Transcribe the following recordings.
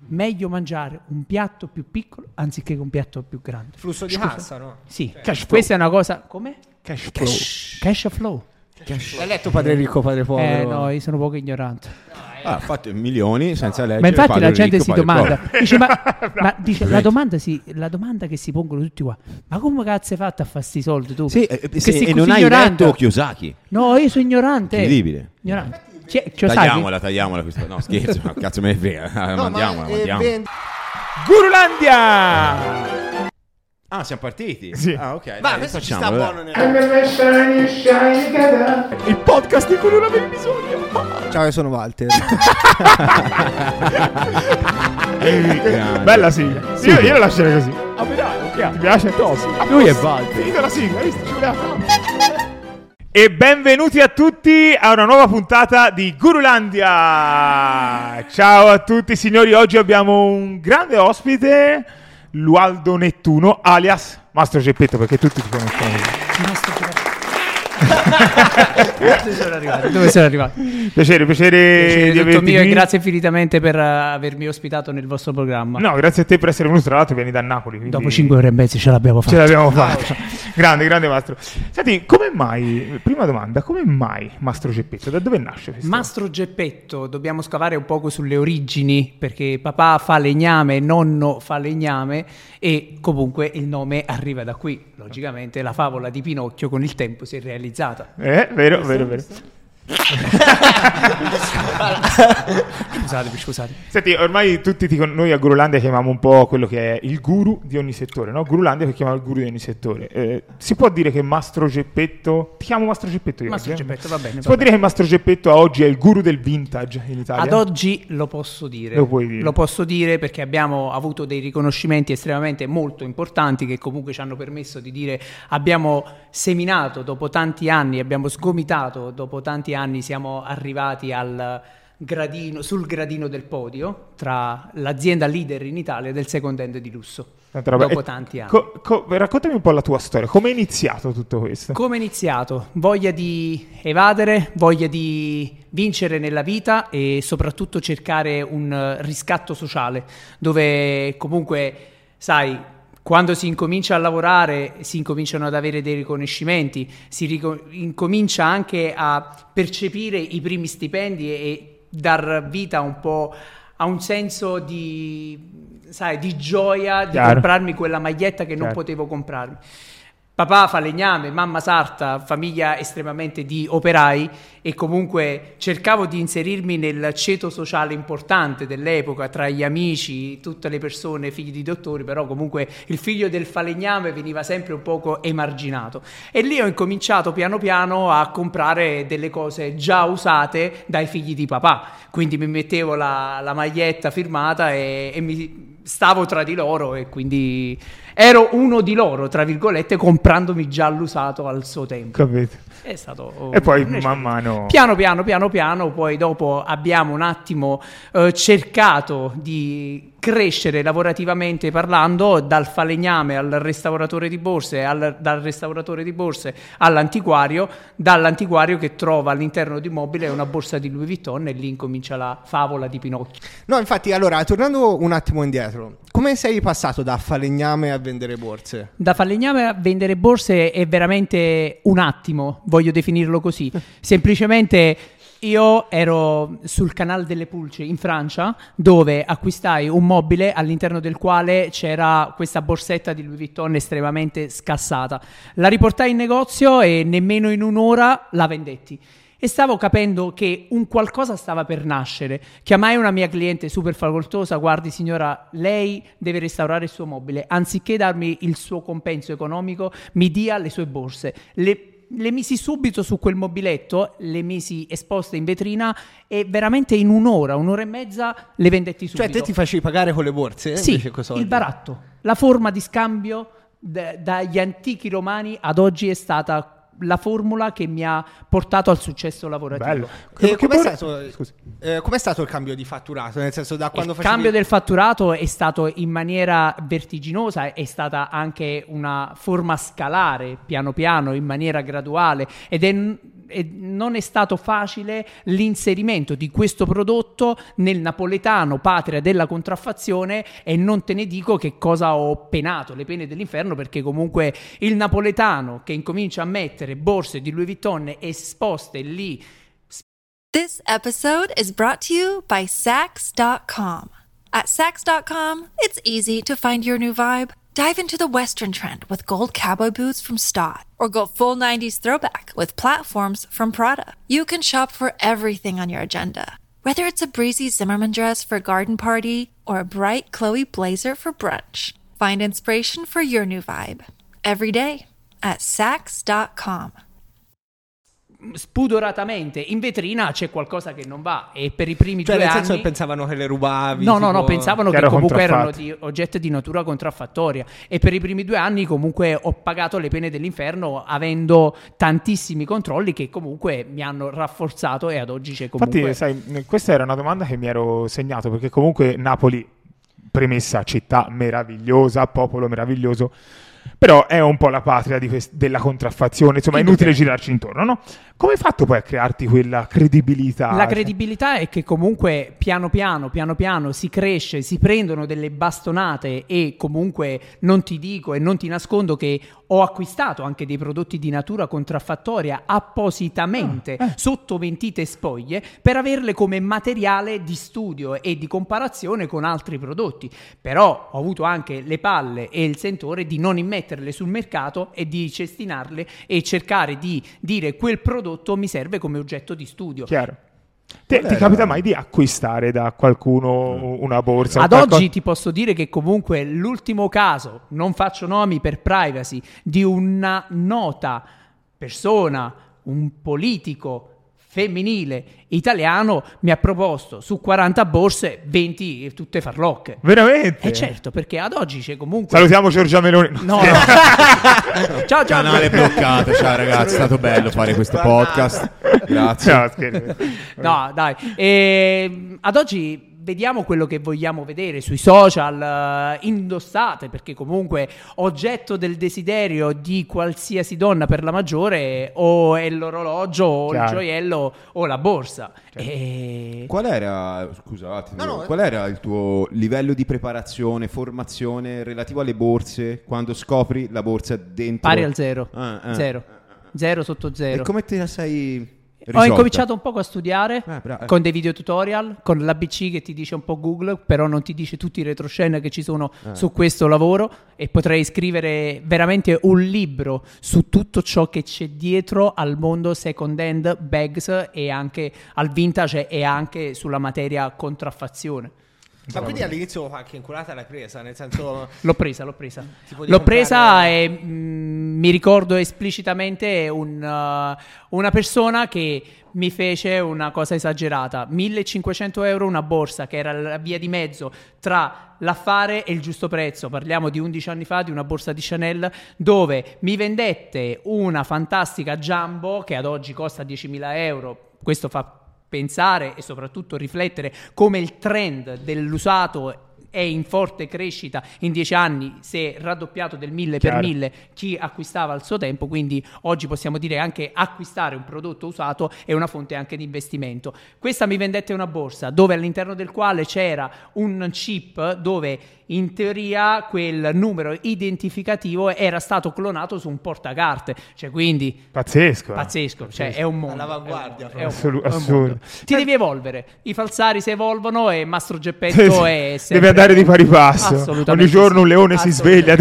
meglio mangiare un piatto più piccolo anziché un piatto più grande. Flusso di cassa, no? Sì, Cash questa è una cosa... Come? Cash flow. Cash flow. Hai letto Padre Ricco, Padre Povero? No, io sono poco ignorante. Ha fatto milioni senza leggere. Ma infatti Padre la gente ricco, si padre domanda, povero. dice, dice, la domanda che si pongono tutti qua, ma come cazzo hai fatto a fare sti soldi tu? Sì, Che sei e così non hai ignorante. letto Kiyosaki. No, io sono ignorante. Incredibile. Ignorante. Tagliamola questa. No, scherzo, ma cazzo me ne frega. Mandiamola. Gurulandia! Ah, siamo partiti? Sì. Ah, ok. Ma dai, questo ci facciamolo, sta dai. buono. Il podcast di cui non avevi bisogno. Ciao, io sono Walter. Grande. Bella sigla. Sì, io la lascerei così. Ah, dai, ti piace? Lui è Walter. Finita la sigla, visto? Ci voleva tanto. E benvenuti a tutti a una nuova puntata di Gurulandia. Ciao a tutti signori, oggi abbiamo un grande ospite, Lualdo Nettuno, alias Mastro Geppetto, perché tutti ti conoscono. Dove sono arrivato? Piacere di tutto averti mio, e qui. grazie infinitamente per avermi ospitato nel vostro programma. No, grazie a te per essere venuto, tra l'altro vieni da Napoli. Quindi Dopo 5 ore e mezzo ce l'abbiamo fatta. ce l'abbiamo fatta. Grande Mastro. Senti, come mai, prima domanda, come mai Mastro Geppetto? Da dove nasce questo? Mastro Geppetto, dobbiamo scavare un poco sulle origini, perché papà fa legname, nonno fa legname, e comunque il nome arriva da qui. Logicamente la favola di Pinocchio con il tempo si è realizzata. Vero. Scusate. Senti, ormai tutti noi a Gurulandia chiamiamo un po' quello che è il guru di ogni settore, no? Gurulandia che chiama il guru di ogni settore. Si può dire che Mastro Geppetto... Ti chiamo Mastro Geppetto io Mastro oggi, Geppetto, va bene. Si può dire che Mastro Geppetto a oggi è il guru del vintage in Italia? Ad oggi lo posso dire. Lo puoi dire. Lo posso dire perché abbiamo avuto dei riconoscimenti estremamente molto importanti che comunque ci hanno permesso di dire abbiamo seminato dopo tanti anni, abbiamo sgomitato dopo tanti anni, siamo arrivati al gradino, sul gradino del podio tra l'azienda leader in Italia del second hand di lusso. Dopo tanti anni. Raccontami un po' la tua storia, come è iniziato tutto questo? Come è iniziato? Voglia di evadere, voglia di vincere nella vita e soprattutto cercare un riscatto sociale, dove comunque, sai, quando si incomincia a lavorare si incominciano ad avere dei riconoscimenti, incomincia anche a percepire i primi stipendi e dar vita un po' a un senso di, sai, di gioia di comprarmi quella maglietta che non potevo comprarmi. Papà fa legname, mamma sarta, famiglia estremamente di operai, e comunque cercavo di inserirmi nel ceto sociale importante dell'epoca, tra gli amici, tutte le persone, figli di dottori, però comunque il figlio del falegname veniva sempre un poco emarginato. E lì ho incominciato piano piano a comprare delle cose già usate dai figli di papà, quindi mi mettevo la maglietta firmata e mi stavo tra di loro, e quindi ero uno di loro, tra virgolette, comprandomi già l'usato al suo tempo. Capito. È stato E poi man mano... Piano piano, poi dopo abbiamo un attimo cercato di crescere lavorativamente parlando, dal falegname al restauratore di borse, dal restauratore di borse all'antiquario, dall'antiquario che trova all'interno di mobile una borsa di Louis Vuitton, e lì incomincia la favola di Pinocchio. No, infatti, allora, tornando un attimo indietro, come sei passato da falegname a vendere borse? Da falegname a vendere borse è veramente un attimo, voglio definirlo così. Semplicemente io ero sul Canal delle Pulce in Francia, dove acquistai un mobile all'interno del quale c'era questa borsetta di Louis Vuitton estremamente scassata. La riportai in negozio e nemmeno in un'ora la vendetti. E stavo capendo che un qualcosa stava per nascere. Chiamai una mia cliente super facoltosa: guardi signora, lei deve restaurare il suo mobile, anziché darmi il suo compenso economico mi dia le sue borse. Le misi subito su quel mobiletto, le misi esposte in vetrina, e veramente in un'ora e mezza le vendetti subito. Cioè te ti facevi pagare con le borse? Sì, il baratto. La forma di scambio dagli antichi romani ad oggi è stata la formula che mi ha portato al successo lavorativo. Bello. Com'è stato il cambio di fatturato? Nel senso, da quando il cambio del fatturato è stato in maniera vertiginosa, è stata anche una forma scalare piano piano, in maniera graduale, ed è non è stato facile l'inserimento di questo prodotto nel napoletano, patria della contraffazione, e non te ne dico che cosa ho penato, le pene dell'inferno, perché comunque il napoletano che incomincia a mettere borse di Louis Vuitton esposte lì. This episode is brought to you by Saks.com. At Saks.com, it's easy to find your new vibe. Dive into the Western trend with gold cowboy boots from Staud, or go full 90s throwback with platforms from Prada. You can shop for everything on your agenda, whether it's a breezy Zimmermann dress for a garden party or a bright Chloe blazer for brunch. Find inspiration for your new vibe every day at Saks.com. Spudoratamente in vetrina c'è qualcosa che non va, e per i primi 2 anni, nel senso che pensavano che le rubavi, no, pensavano che comunque erano contraffatti. oggetti di natura contraffattoria, e per i primi 2 anni comunque ho pagato le pene dell'inferno, avendo tantissimi controlli che comunque mi hanno rafforzato, e ad oggi c'è comunque. Infatti, sai, questa era una domanda che mi ero segnato, perché comunque Napoli, premessa, città meravigliosa, popolo meraviglioso, però è un po' la patria della contraffazione, insomma è inutile girarci intorno, no? Come hai fatto poi a crearti quella credibilità? La credibilità è che comunque piano piano si cresce, si prendono delle bastonate, e comunque non ti dico e non ti nascondo che ho acquistato anche dei prodotti di natura contraffattoria appositamente sotto mentite spoglie, per averle come materiale di studio e di comparazione con altri prodotti. Però ho avuto anche le palle e il sentore di non immetterle sul mercato e di cestinarle e cercare di dire quel prodotto mi serve come oggetto di studio. Chiaro. Ti capita mai di acquistare da qualcuno una borsa? Ad oggi ti posso dire che comunque l'ultimo caso, non faccio nomi per privacy, di una nota persona, un politico femminile italiano, mi ha proposto su 40 borse 20 tutte farlocche. Veramente? Certo, perché ad oggi c'è comunque. Salutiamo Giorgia Meloni. No. Ciao. Canale bloccato. Ciao ragazzi, è stato bello fare questo podcast. Grazie. No, scherzo. No, dai. Ad oggi vediamo quello che vogliamo vedere sui social, indossate, perché comunque oggetto del desiderio di qualsiasi donna per la maggiore o è l'orologio o il gioiello o la borsa. Qual era, scusa, qual era il tuo livello di preparazione, formazione relativo alle borse quando scopri la borsa dentro? Pari al zero. Zero sotto zero. E come te la sei risolta? Ho incominciato un poco a studiare bravo. con dei video tutorial, con l'ABC che ti dice un po' Google, però non ti dice tutti i retroscena che ci sono su questo lavoro, e potrei scrivere veramente un libro su tutto ciò che c'è dietro al mondo second hand bags e anche al vintage e anche sulla materia contraffazione. Ma quindi all'inizio qualche inculata l'hai presa, nel senso. L'ho presa. L'ho presa e mi ricordo esplicitamente una persona che mi fece una cosa esagerata. 1.500 euro una borsa, che era la via di mezzo tra l'affare e il giusto prezzo. Parliamo di 11 anni fa, di una borsa di Chanel, dove mi vendette una fantastica Jumbo che ad oggi costa 10.000 euro. Questo fa pensare e soprattutto riflettere come il trend dell'usato è in forte crescita. In 10 anni si è raddoppiato del 1000 per 1000 chi acquistava al suo tempo, quindi oggi possiamo dire anche acquistare un prodotto usato è una fonte anche di investimento. Questa mi vendette una borsa dove all'interno del quale c'era un chip dove in teoria quel numero identificativo era stato clonato su un portacarte, cioè quindi pazzesco, cioè è un mondo all'avanguardia, assurdo. Ti devi evolvere, i falsari si evolvono e Mastro Geppetto è sempre... deve andare di pari passo. Assolutamente ogni giorno sì. un leone si sveglia.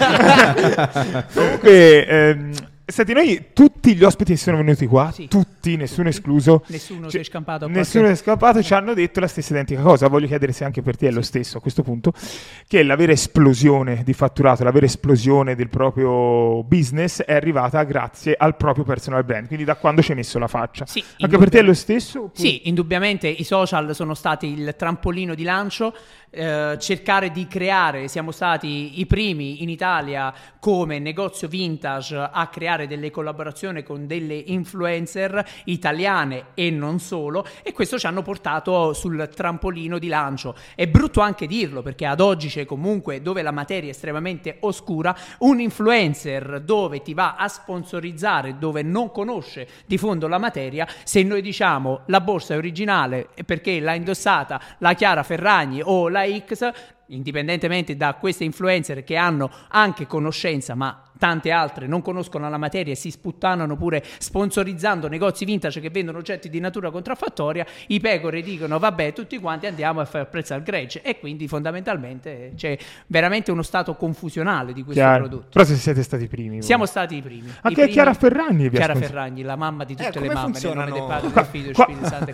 Comunque senti, noi tutti gli ospiti che sono venuti qua, tutti, nessuno escluso, nessuno si è scampato nessuno è scappato, ci hanno detto la stessa identica cosa. Voglio chiedere se anche per te è lo stesso a questo punto, che la vera esplosione di fatturato, la vera esplosione del proprio business è arrivata grazie al proprio personal brand, quindi da quando ci hai messo la faccia. Anche per te è lo stesso? Oppure? Sì, indubbiamente i social sono stati il trampolino di lancio. cercare di creare, siamo stati i primi in Italia come negozio vintage a creare delle collaborazioni con delle influencer italiane e non solo, e questo ci hanno portato sul trampolino di lancio. È brutto anche dirlo, perché ad oggi c'è comunque, dove la materia è estremamente oscura, un influencer dove ti va a sponsorizzare, dove non conosce di fondo la materia. Se noi diciamo la borsa è originale perché l'ha indossata la Chiara Ferragni o la X, indipendentemente da queste influencer che hanno anche conoscenza, ma tante altre non conoscono la materia e si sputtanano pure sponsorizzando negozi vintage che vendono oggetti di natura contraffattoria, i pecore dicono vabbè, tutti quanti andiamo a fare prezzo al gregge, e quindi fondamentalmente c'è veramente uno stato confusionale di questo prodotto. Però se siete stati i primi. Siamo stati i primi. Anche Chiara Ferragni. Chiara Ferragni, la mamma di tutte le mamme, nel nome del Padre, del Figlio e del Spirito Santo.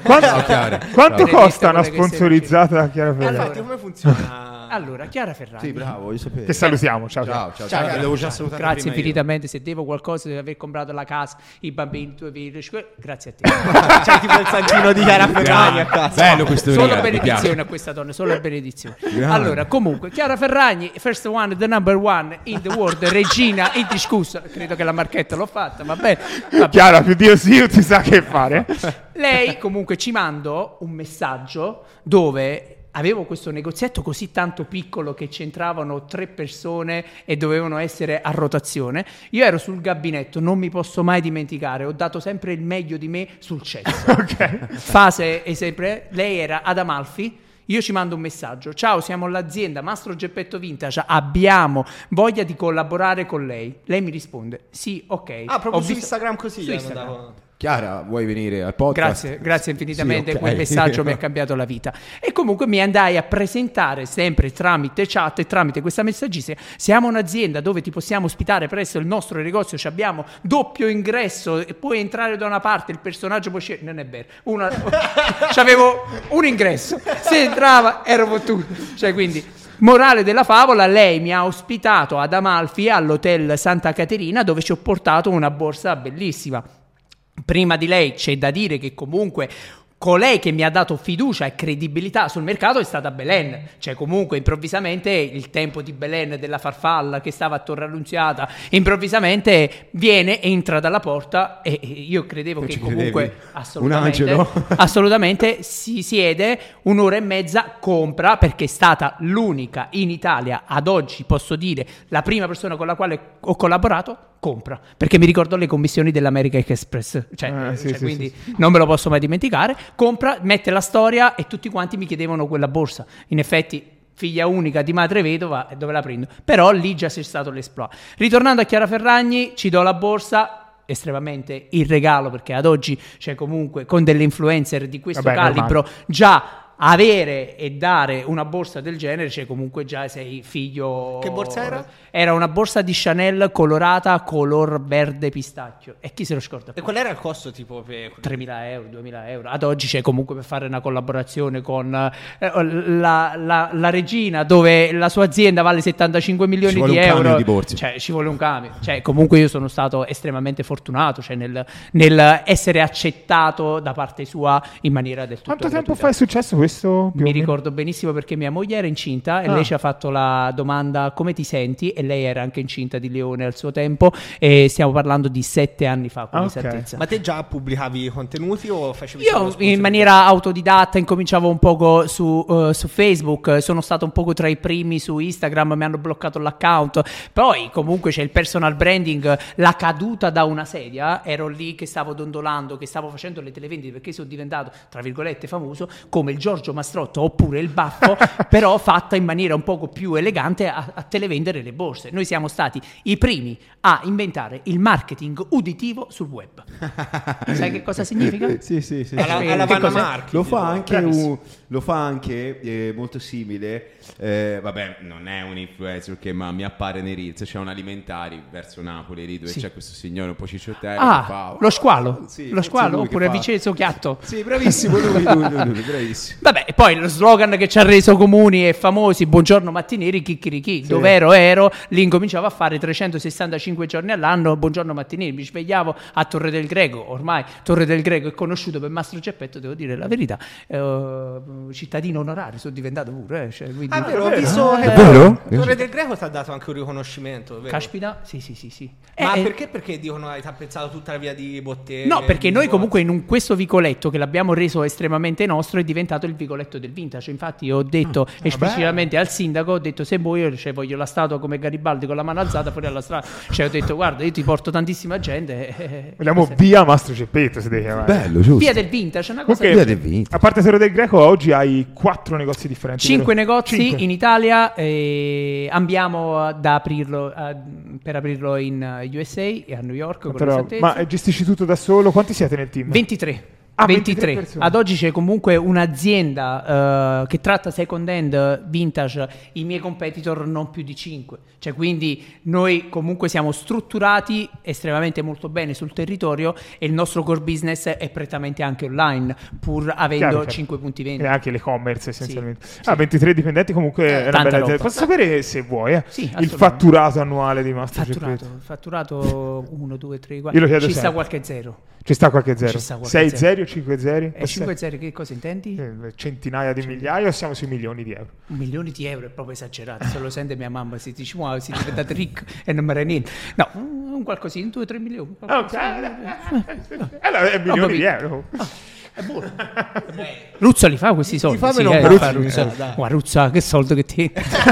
Quanto costa una sponsorizzata da Chiara Ferragni? Allora, come funziona? Allora, Chiara Ferragni. Sì, bravo, voglio sapere. Che salutiamo. Ciao. Devo già salutare. Grazie infinitamente. Se devo qualcosa di aver comprato la casa, i bambini, i tuoi figli, grazie a te. C'è tipo il saggino di Chiara Ferragni a casa. Bello questo. Solo benedizione a questa donna, solo benedizione. Allora, comunque, Chiara Ferragni, first one, the number one in the world, regina indiscussa. Credo che la marchetta l'ho fatta, va bene. Chiara, più Dio sì, non si sa che fare. Lei comunque ci mandò un messaggio dove avevo questo negozietto così tanto piccolo che c'entravano 3 persone e dovevano essere a rotazione. Io ero sul gabinetto, non mi posso mai dimenticare, ho dato sempre il meglio di me sul cesso. Okay. Fase esempio, lei era ad Amalfi. Io ci mando un messaggio: ciao, siamo l'azienda Mastro Geppetto Vintage, abbiamo voglia di collaborare con lei. Lei mi risponde sì, ok. Proprio su Instagram così. Su Instagram. Chiara, vuoi venire al podcast? Grazie infinitamente, sì, okay. Quel messaggio mi ha cambiato la vita. E comunque mi andai a presentare sempre tramite chat e tramite questa messaggistica: siamo un'azienda dove ti possiamo ospitare presso il nostro negozio, abbiamo doppio ingresso, puoi entrare da una parte, il personaggio può scegliere. Non è vero, c'avevo un ingresso, se entrava ero fottuto, cioè, quindi morale della favola, lei mi ha ospitato ad Amalfi all'hotel Santa Caterina, dove ci ho portato una borsa bellissima. Prima di lei c'è da dire che comunque colei che mi ha dato fiducia e credibilità sul mercato è stata Belen. Cioè, comunque improvvisamente il tempo di Belen, della farfalla che stava a Torre Annunziata, improvvisamente viene, entra dalla porta, e io credevo che comunque assolutamente si siede, 1 ora e mezza, compra, perché è stata l'unica in Italia ad oggi, posso dire, la prima persona con la quale ho collaborato, compra, perché mi ricordo le commissioni dell'American Express, quindi non me lo posso mai dimenticare. Compra, mette la storia e tutti quanti mi chiedevano quella borsa. In effetti, figlia unica di madre vedova, dove la prendo? Però lì già c'è stato l'esploit. Ritornando a Chiara Ferragni, ci do la borsa, estremamente il regalo, perché ad oggi c'è comunque con delle influencer di questo calibro già avere e dare una borsa del genere, cioè comunque già sei figlio. Che borsa era? Era una borsa di Chanel colorata color verde pistacchio, e chi se lo scorda? E qual era il costo tipo per 3.000 euro, 2.000 euro. Ad oggi c'è comunque, per fare una collaborazione con la regina, dove la sua azienda vale 75 milioni di euro, di borse. Cioè ci vuole un camion. Cioè, comunque io sono stato estremamente fortunato, cioè nel essere accettato da parte sua in maniera del tutto Quanto tempo fa è successo questo? Mi ricordo benissimo, perché mia moglie era incinta e lei ci ha fatto la domanda: come ti senti? E lei era anche incinta di Leone al suo tempo, e stiamo parlando di 7 anni fa con esattezza. Ma te già pubblicavi contenuti o facevi? Io in maniera autodidatta incominciavo un poco su Facebook, sono stato un poco tra i primi su Instagram, mi hanno bloccato l'account, poi comunque c'è il personal branding, la caduta da una sedia, ero lì che stavo dondolando, che stavo facendo le televendite, perché sono diventato tra virgolette famoso come il Giorgio Mastrotto oppure il Baffo, però fatta in maniera un poco più elegante a televendere le borse. Noi siamo stati i primi a inventare il marketing uditivo sul web. Sai che cosa significa? Sì. Alla Vanna Marchi. Lo fa anche molto simile. Vabbè, non è un influencer, che ma mi appare nei reels. C'è un alimentari verso Napoli, dove c'è questo signore un po' cicciottello. Lo squalo? Sì, lo squalo oppure Vincenzo Chiatto? Sì, bravissimo lui, bravissimo. Vabbè, e poi lo slogan che ci ha reso comuni e famosi, buongiorno mattinieri, chicchirichì, sì. Dove ero, lì incominciavo a fare 365 giorni all'anno, buongiorno mattinieri, mi svegliavo a Torre del Greco, ormai Torre del Greco è conosciuto per Mastro Geppetto, devo dire la verità, cittadino onorario, sono diventato pure, cioè, quindi... Ah, vero, ho visto che Torre del Greco ti ha dato anche un riconoscimento, vero? Caspita, sì. Ma perché dicono hai tappezato tutta la via di Bottega? No, perché noi comunque in questo vicoletto che l'abbiamo reso estremamente nostro è diventato il vicoletto del vintage. Infatti io ho detto esplicitamente al sindaco, ho detto se vuoi, cioè, voglio la statua come Garibaldi con la mano alzata fuori alla strada, cioè ho detto guarda io ti porto tantissima gente, vogliamo via Mastro Geppetto, se devi chiamare. Bello, giusto. Via del vintage, una cosa via del vintage. A parte Torre del Greco oggi hai 4 negozi differenti, 5 negozi in Italia, ambiamo da aprirlo per aprirlo in USA e a New York. Ma gestisci tutto da solo? Quanti siete nel team? 23. Ah, 23. Ad oggi c'è comunque un'azienda che tratta second hand vintage, i miei competitor non più di 5, cioè quindi noi comunque siamo strutturati estremamente molto bene sul territorio e il nostro core business è prettamente anche online, pur avendo 5 punti vendita e anche l'e-commerce essenzialmente. Sì. 23 dipendenti comunque è una bella azienda. Posso sapere, se vuoi, il fatturato annuale di Mastro Geppetto? Fatturato 1, 2, 3, 4. Io lo chiedo ci sempre. sta qualche zero. Ci sta qualche zero. 6 zeri o 5 zeri? 5 zeri, che cosa intendi? Centinaia di migliaia o siamo sui milioni di euro? Milioni di euro è proprio esagerato. Se lo sente mia mamma si dice wow, si è diventato ricco e non me ne niente. No, un qualcosina, 2-3 milioni. Allora è milioni di euro. È buono. Ruzza li fa questi soldi. Ruzza, che soldo che ti.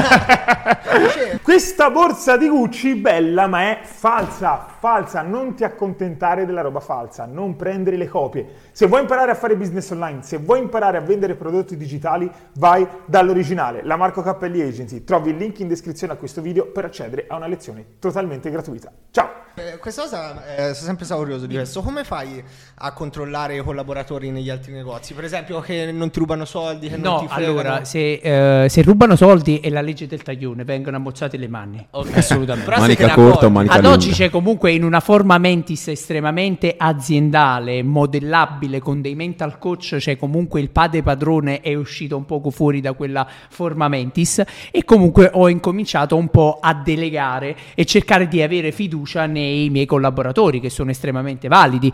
Questa borsa di Gucci bella, ma è falsa. Non ti accontentare della roba falsa, non prendere le copie. Se vuoi imparare a fare business online, se vuoi imparare a vendere prodotti digitali, vai dall'originale, la Marco Cappelli Agency. Trovi il link in descrizione a questo video per accedere a una lezione totalmente gratuita. Ciao! Questa cosa sono sempre stato curioso di questo. Come fai a controllare i collaboratori negli altri negozi? Per esempio che non ti rubano soldi, che non ti fregano? Allora, se rubano soldi è la legge del taglione, vengono ammozzate le mani. Okay. Assolutamente. Manica corta o manica lunga? Ad oggi c'è comunque in una forma mentis estremamente aziendale, modellabile, con dei mental coach, cioè comunque il padrone è uscito un poco fuori da quella forma mentis e comunque ho incominciato un po' a delegare e cercare di avere fiducia nei miei collaboratori, che sono estremamente validi.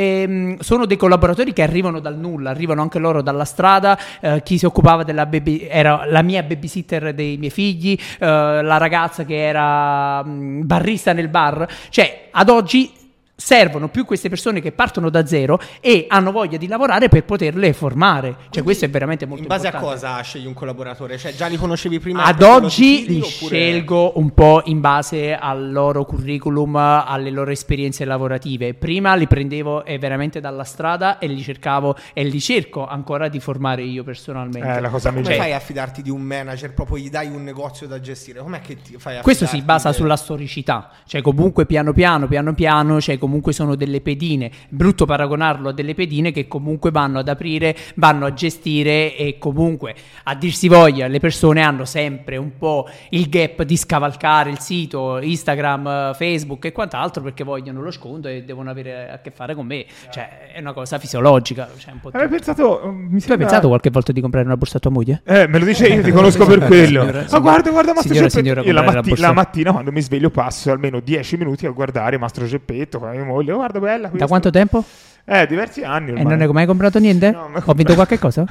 Sono dei collaboratori che arrivano dal nulla, arrivano anche loro dalla strada. Chi si occupava della era la mia babysitter dei miei figli, la ragazza che era barista nel bar. Cioè ad oggi servono più queste persone che partono da zero e hanno voglia di lavorare per poterle formare. Cioè questo è veramente molto importante. In base a cosa scegli un collaboratore? Cioè già li conoscevi prima? Ad oggi li scelgo un po' in base al loro curriculum, alle loro esperienze lavorative. Prima li prendevo veramente dalla strada e li cercavo e li cerco ancora di formare io personalmente. La cosa come fai a fidarti di un manager? Proprio gli dai un negozio da gestire? Com'è che ti fai a questo si basa sulla storicità. Cioè comunque piano piano, cioè comunque sono delle pedine, brutto paragonarlo a delle pedine che comunque vanno ad aprire, vanno a gestire e comunque a dirsi voglia le persone hanno sempre un po' il gap di scavalcare il sito Instagram, Facebook e quant'altro perché vogliono lo sconto e devono avere a che fare con me, cioè è una cosa fisiologica, cioè, un po'. Tu hai pensato qualche volta di comprare una borsa a tua moglie? Me lo dice, io ti conosco per quello. Guarda Mastro Geppetto. Io la mattina quando mi sveglio passo almeno 10 minuti a guardare Mastro Geppetto con mia moglie. Guarda bella questa. Da quanto tempo? Diversi anni ormai. E non hai mai comprato niente? No, ho vinto qualche cosa?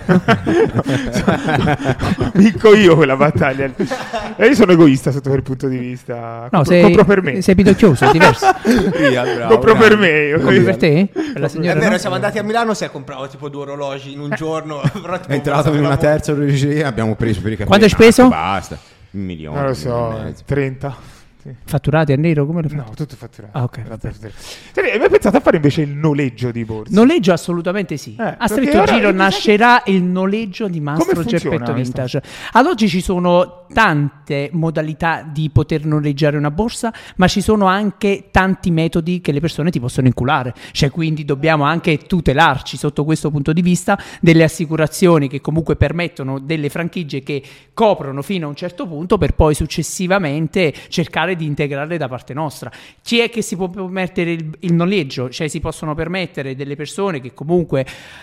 Vinco io quella battaglia. E io sono egoista sotto quel punto di vista. Compro per me. Sei pidocchioso, è diverso. Compro per me io. Compri per te? Per la signora, è vero, no? Siamo andati a Milano, si è comprato tipo 2 orologi in un giorno. È entrato in una terza orologeria, abbiamo preso per i capelli. Quanto hai speso? Basta. 1 milione. Non lo so, 30. Fatturati a nero? Come lo fai? No, tutto fatturato. Ah, ok. Hai mai pensato a fare invece il noleggio di borse? Noleggio assolutamente sì. A stretto giro nascerà il noleggio di Mastro Geppetto Vintage. Ad oggi ci sono tante modalità di poter noleggiare una borsa, ma ci sono anche tanti metodi che le persone ti possono inculare. Cioè, quindi dobbiamo anche tutelarci sotto questo punto di vista delle assicurazioni che comunque permettono delle franchigie che coprono fino a un certo punto per poi successivamente cercare di integrarle da parte nostra. Chi è che si può permettere il noleggio? Cioè si possono permettere delle persone che comunque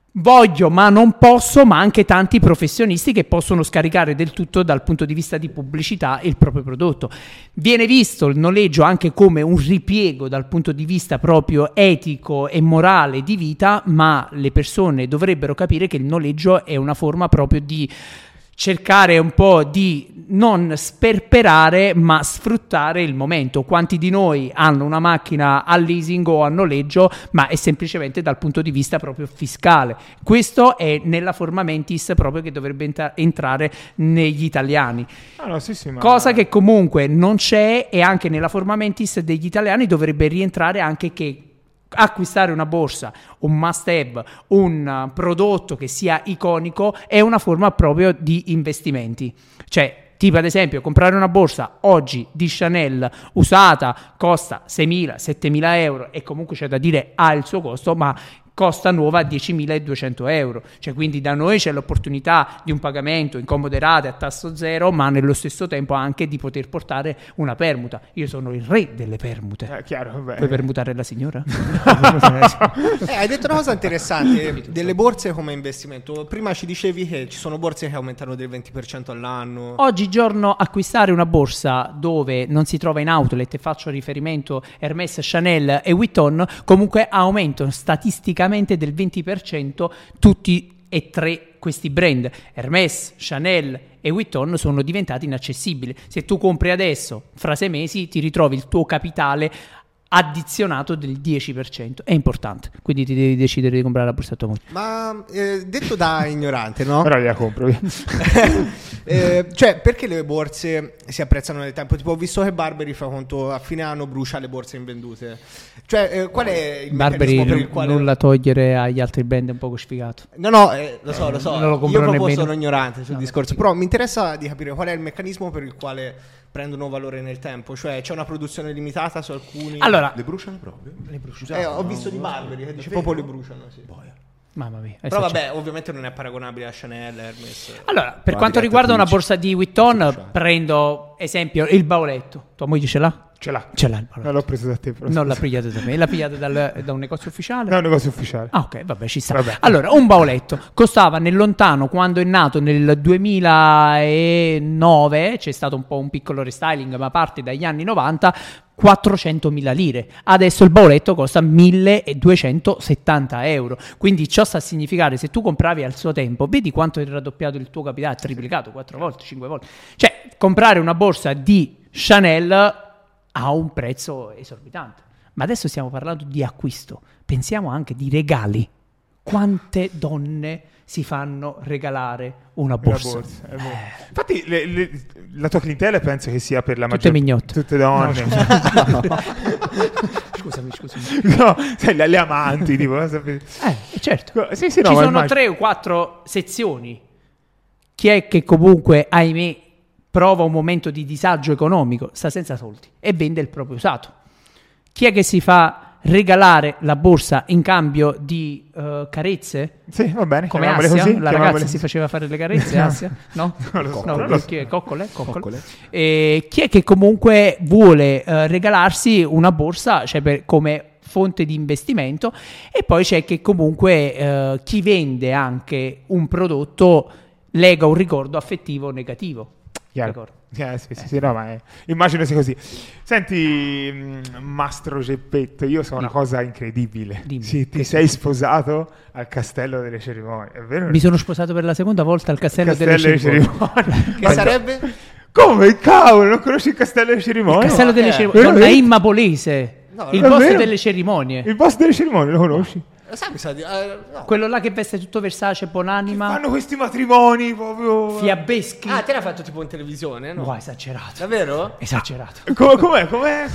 voglio ma non posso, ma anche tanti professionisti che possono scaricare del tutto dal punto di vista di pubblicità il proprio prodotto. Viene visto il noleggio anche come un ripiego dal punto di vista proprio etico e morale di vita, ma le persone dovrebbero capire che il noleggio è una forma proprio di cercare un po' di non sperperare ma sfruttare il momento. Quanti di noi hanno una macchina a leasing o a noleggio, ma è semplicemente dal punto di vista proprio fiscale? Questo è nella forma mentis proprio che dovrebbe entrare negli italiani. Cosa che comunque non c'è, e anche nella forma mentis degli italiani dovrebbe rientrare anche che acquistare una borsa, un must have, un prodotto che sia iconico è una forma proprio di investimenti. Cioè, tipo ad esempio comprare una borsa oggi di Chanel usata costa 6.000-7.000 euro, e comunque c'è da dire ha il suo costo, ma costa nuova a 10.200 euro. Cioè, quindi da noi c'è l'opportunità di un pagamento in comode rate a tasso zero, ma nello stesso tempo anche di poter portare una permuta. Io sono il re delle permute. Chiaro, vabbè. Puoi permutare la signora? Hai detto una cosa interessante delle borse come investimento. Prima ci dicevi che ci sono borse che aumentano del 20% all'anno. Oggigiorno acquistare una borsa dove non si trova in outlet, e faccio riferimento Hermès, Chanel e Vuitton, comunque aumentano statisticamente del 20% tutti e tre questi brand. Hermès, Chanel e Vuitton sono diventati inaccessibili. Se tu compri adesso, fra 6 mesi ti ritrovi il tuo capitale addizionato del 10%. È importante, quindi ti devi decidere di comprare la borsa a tua moglie. Ma detto da ignorante, no? Però la compro. Cioè, perché le borse si apprezzano nel tempo? Tipo, ho visto che Burberry fa conto a fine anno brucia le borse invendute. Cioè, qual è il meccanismo per il quale... non la togliere agli altri brand è un poco sfigato. No, lo so. Non lo compro io proprio nemmeno. sono ignorante sul discorso. Però mi interessa di capire qual è il meccanismo per il quale prendono valore nel tempo. Cioè, c'è una produzione limitata su alcuni... Allora, le bruciano proprio? Le bruciano. Ho visto di Burberry che dice proprio le bruciano, sì. Mamma mia. Però vabbè, ovviamente non è paragonabile a Chanel, Hermès. Allora, per quanto riguarda una borsa di Vuitton, prendo esempio il bauletto. Tua moglie ce l'ha? Ce l'ha il bauletto. Non l'ho preso da te, però. Non l'ha pigliato da me, l'ha pigliato da un negozio ufficiale? Da un negozio ufficiale. Ah, ok, vabbè, ci sta. Allora, un bauletto costava nel lontano, quando è nato nel 2009, c'è stato un po' un piccolo restyling, ma parte dagli anni 90, 400.000 lire. Adesso il bauletto costa 1.270 euro. Quindi ciò sta a significare, se tu compravi al suo tempo, vedi quanto è raddoppiato il tuo capitale, triplicato 4 volte, 5 volte. Cioè, comprare una borsa di Chanel ha un prezzo esorbitante. Ma adesso stiamo parlando di acquisto. Pensiamo anche di regali. Quante donne si fanno regalare una borsa? Infatti la tua clientela penso che sia per la tutte maggior mignotte. tutte donne. No. Scusami. No, sai, le amanti, tipo. Certo. Sì, ci sono 3 o 4 sezioni. Chi è che comunque, ahimè, prova un momento di disagio economico, sta senza soldi e vende il proprio usato? Chi è che si fa regalare la borsa in cambio di carezze? Sì, va bene. Come Assia, così, la ragazza si faceva fare le carezze, Assia? No? Coccole. E chi è che comunque vuole regalarsi una borsa, cioè come fonte di investimento? E poi c'è che comunque chi vende anche un prodotto lega un ricordo affettivo negativo. Sì, no, ma immagino sia così. Senti, Mastro Geppetto, io so una cosa incredibile. Sì, ti sei sposato al Castello delle Cerimonie, è vero? Mi sono sposato per la seconda volta al Castello delle Cerimonie. Che sarebbe? Come cavolo, non conosci il Castello delle Cerimonie? Il Castello delle Cerimonie, Donna Imma Polese, il boss delle cerimonie. Il boss delle cerimonie, lo conosci? No. Quello là che veste tutto Versace, buonanima. Fanno questi matrimoni proprio fiabeschi. Ah, te l'ha fatto tipo in televisione, no? Wow, esagerato. Davvero? Esagerato. Com'è?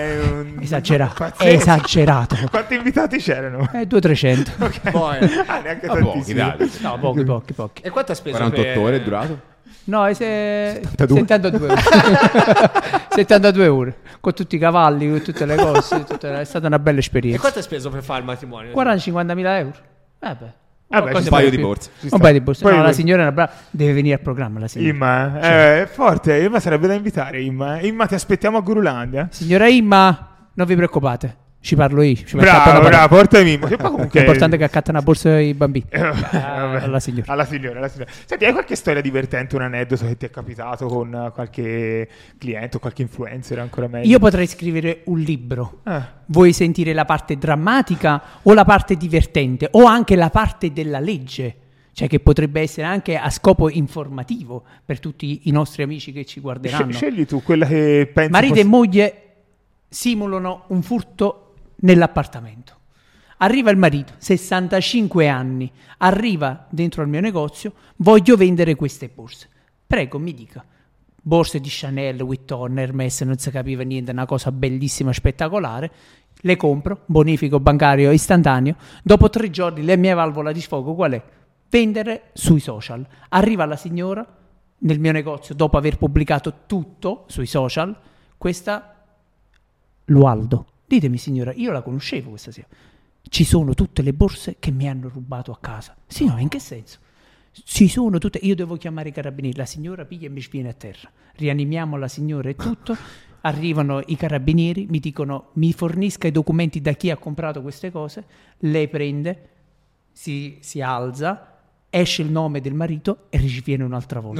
Esagerato. Quanti invitati c'erano? 200-300. Okay. Poi. Neanche tantissimi. No, pochi. E quanto ha speso? 48 ore è durato? No, 72 ore. 72 ore. Con tutti i cavalli, con tutte le cose. È stata una bella esperienza. E quanto ha speso per fare il matrimonio? 40-50.000 euro. Un paio di borse. Un paio di borse. No, la signora è una brava. Deve venire al programma la signora. Imma, è forte. Imma sarebbe da invitare. Imma, ti aspettiamo a Gurulandia. Signora Imma, non vi preoccupate. Ci parlo io. Bravo, portami. Comunque... L'importante è che accatta una borsa ai bambini. Alla signora. Senti, hai qualche storia divertente, un aneddoto che ti è capitato con qualche cliente o qualche influencer, ancora meglio? Io potrei scrivere un libro. Vuoi sentire la parte drammatica o la parte divertente o anche la parte della legge? Cioè che potrebbe essere anche a scopo informativo per tutti i nostri amici che ci guarderanno. Scegli tu quella che pensi. Marito e moglie simulano un furto nell'appartamento. Arriva il marito, 65 anni, arriva dentro al mio negozio, voglio vendere queste borse. Prego, mi dica. Borse di Chanel, Vuitton, Hermès, non si capiva niente, una cosa bellissima, spettacolare. Le compro, bonifico bancario istantaneo. Dopo 3 giorni la mia valvola di sfogo qual è? Vendere sui social. Arriva la signora nel mio negozio dopo aver pubblicato tutto sui social. Questa Lualdo. Ditemi signora, io la conoscevo questa sera. Ci sono tutte le borse che mi hanno rubato a casa. Signora, in che senso? Ci sono tutte, io devo chiamare i carabinieri. La signora piglia e mi sviene a terra. Rianimiamo la signora e tutto. Arrivano i carabinieri, mi dicono mi fornisca i documenti da chi ha comprato queste cose. Lei prende, si alza, esce il nome del marito e riviene un'altra volta.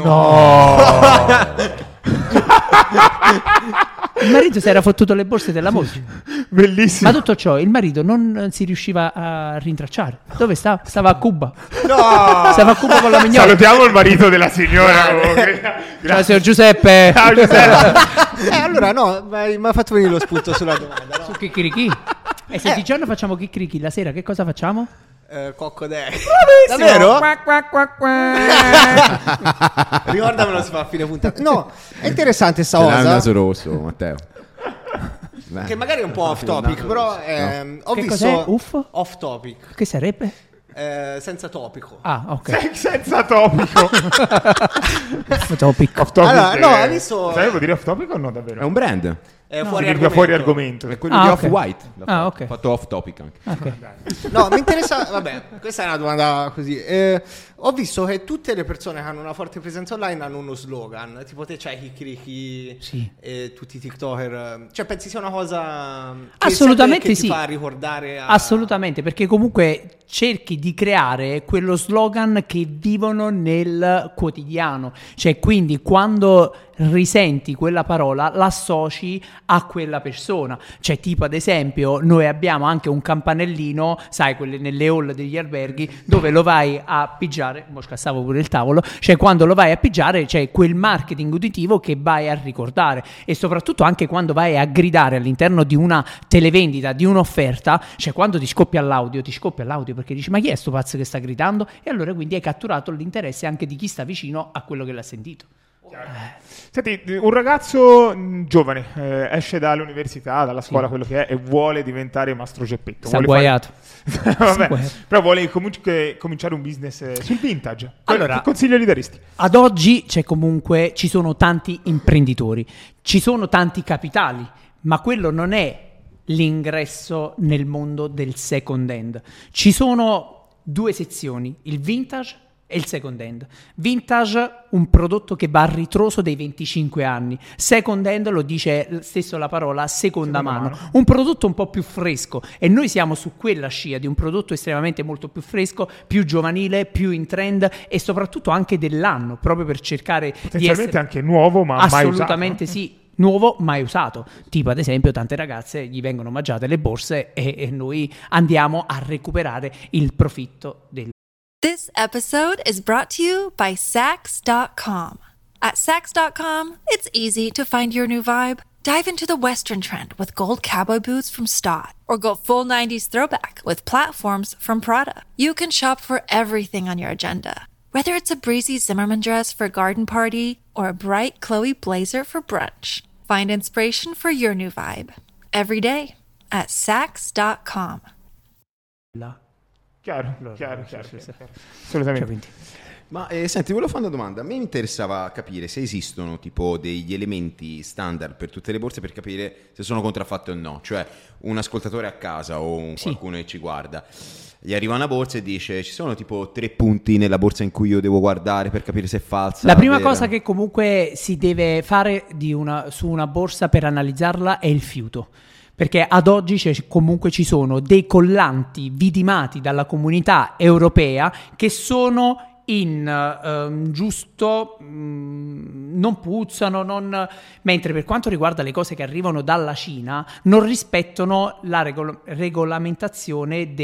Il marito si era fottuto le borse della moglie. Bellissimo. Ma tutto ciò il marito non si riusciva a rintracciare. Dove stava? Stava a Cuba. No! Stava a Cuba con la mignola. Salutiamo il marito della signora. Ciao signor Giuseppe. Ciao Giuseppe. Allora no, mi ha fatto venire lo spunto sulla domanda, no? Su Chicchirichì. E se di giorno facciamo Chicchirichì, la sera che cosa facciamo? Cocco Day. Davvero? Ricordamelo, si fa a fine puntata. No, è interessante sta cosa. C'è il naso rosso, Matteo. Che magari è un po' off topic, però ho che visto cos'è? off topic. Che sarebbe? Senza topico. Ah, ok. Senza topico. Off topic. Off topic. Allora, no, hai visto... Devo dire off topic o no davvero? È un brand. Fuori argomento. È quello Ah, di ok. Off-White. Ok. Fatto off topic anche. Okay. No, mi interessa... Vabbè, questa è una domanda così. Ho visto che tutte le persone che hanno una forte presenza online hanno uno slogan. Tipo te c'hai Chicchirichì Sì. e tutti i TikToker. Cioè, pensi sia una cosa... Assolutamente che sì. ti fa ricordare a... Assolutamente, perché comunque cerchi di creare quello slogan che vivono nel quotidiano. Cioè, quindi quando risenti quella parola l'associ a quella persona. Cioè, tipo ad esempio noi abbiamo anche un campanellino, sai, quelle nelle hall degli alberghi, dove lo vai a pigiare, mo scassavo pure il tavolo, cioè quando lo vai a pigiare c'è quel marketing uditivo che vai a ricordare, e soprattutto anche quando vai a gridare all'interno di una televendita, di un'offerta, cioè quando ti scoppia l'audio perché dici ma chi è sto pazzo che sta gridando, e allora quindi hai catturato l'interesse anche di chi sta vicino a quello che l'ha sentito. Senti, un ragazzo giovane esce dall'università, dalla scuola, quello che è, e vuole diventare Mastro Geppetto. Sta guaiato. Vabbè, però vuole comunque cominciare un business sul vintage. Allora, che consiglio gli daresti? Ad oggi ci sono tanti imprenditori, ci sono tanti capitali, ma quello non è l'ingresso nel mondo del second hand. Ci sono 2 sezioni, il vintage e il second hand. Vintage, un prodotto che va a ritroso dei 25 anni. Second hand lo dice stesso la parola seconda mano. Un prodotto un po' più fresco, e noi siamo su quella scia di un prodotto estremamente molto più fresco, più giovanile, più in trend, e soprattutto anche dell'anno, proprio per cercare di essere anche nuovo, ma mai usato. Assolutamente sì. Nuovo mai usato, tipo ad esempio tante ragazze gli vengono mangiate le borse e noi andiamo a recuperare il profitto del... This episode is brought to you by Sax.com. At Sax.com, it's easy to find your new vibe. Dive into the Western trend with gold cowboy boots from Stott, or go full 90s throwback with platforms from Prada. You can shop for everything on your agenda, whether it's a breezy Zimmermann dress for a garden party or a bright Chloe blazer for brunch. Find inspiration for your new vibe every day at Sax.com. Chiaro. Assolutamente. Ma senti, volevo fare una domanda. A me mi interessava capire se esistono tipo degli elementi standard per tutte le borse, per capire se sono contraffatte o no. Cioè, un ascoltatore a casa o qualcuno che ci guarda, gli arriva una borsa e dice: ci sono tipo 3 punti nella borsa in cui io devo guardare per capire se è falsa. La prima vera. cosa che comunque si deve fare su una borsa per analizzarla è il fiuto. Perché ad oggi comunque ci sono dei collanti vidimati dalla comunità europea che sono in giusto, non puzzano, mentre per quanto riguarda le cose che arrivano dalla Cina non rispettano la regolamentazione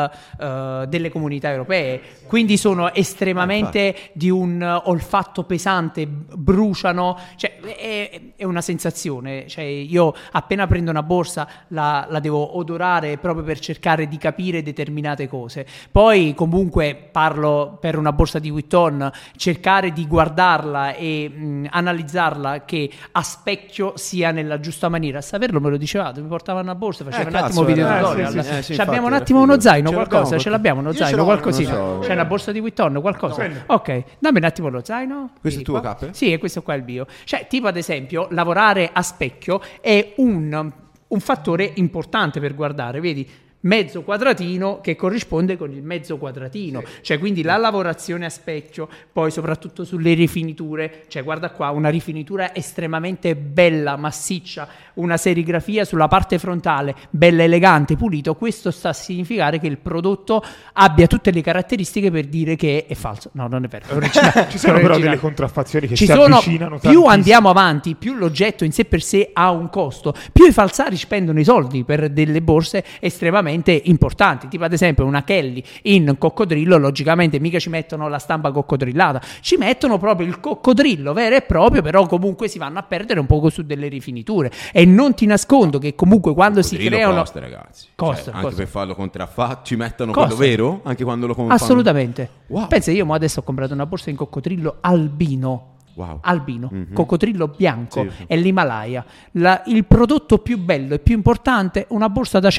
delle comunità europee, quindi sono estremamente di un olfatto pesante, bruciano, cioè è una sensazione, cioè io appena prendo una borsa la devo odorare proprio per cercare di capire determinate cose. Poi comunque parlo per una borsa di Vuitton, cercare di guardarla e analizzarla che a specchio sia nella giusta maniera. A saperlo me lo dicevate, mi portavano una borsa, faceva un attimo video tutorial. Abbiamo un attimo uno zaino, qualcosa? Ce l'abbiamo uno zaino, qualcosina? C'è una borsa di Vuitton, qualcosa? Ok, dammi un attimo lo zaino. Questo è il tuo capo? Sì, e questo qua è il mio. Cioè, tipo ad esempio, lavorare a specchio è un fattore importante per guardare, vedi? Mezzo quadratino che corrisponde con il mezzo quadratino, cioè quindi la lavorazione a specchio, poi soprattutto sulle rifiniture, cioè guarda qua, una rifinitura estremamente bella, massiccia, una serigrafia sulla parte frontale, bella, elegante, pulito. Questo sta a significare che il prodotto abbia tutte le caratteristiche per dire che è falso. No, non è vero, è originale. Ci sono però delle contraffazioni che ci si sono, avvicinano più tantissimo. andiamo avanti, più l'oggetto in sé per sé ha un costo, più i falsari spendono i soldi per delle borse estremamente importanti, tipo ad esempio una Kelly in coccodrillo. Logicamente mica ci mettono la stampa coccodrillata, ci mettono proprio il coccodrillo vero e proprio, però comunque si vanno a perdere un poco su delle rifiniture. E non ti nascondo che comunque quando si creano costa, ragazzi, costa, anche per farlo contraffatto ci mettono costa. quello vero anche quando lo fanno. Assolutamente. Wow. Pensa, io adesso ho comprato una borsa in coccodrillo albino. Wow. Albino, coccodrillo bianco, Sì. è l'Himalaya. Il prodotto più bello e più importante, una borsa da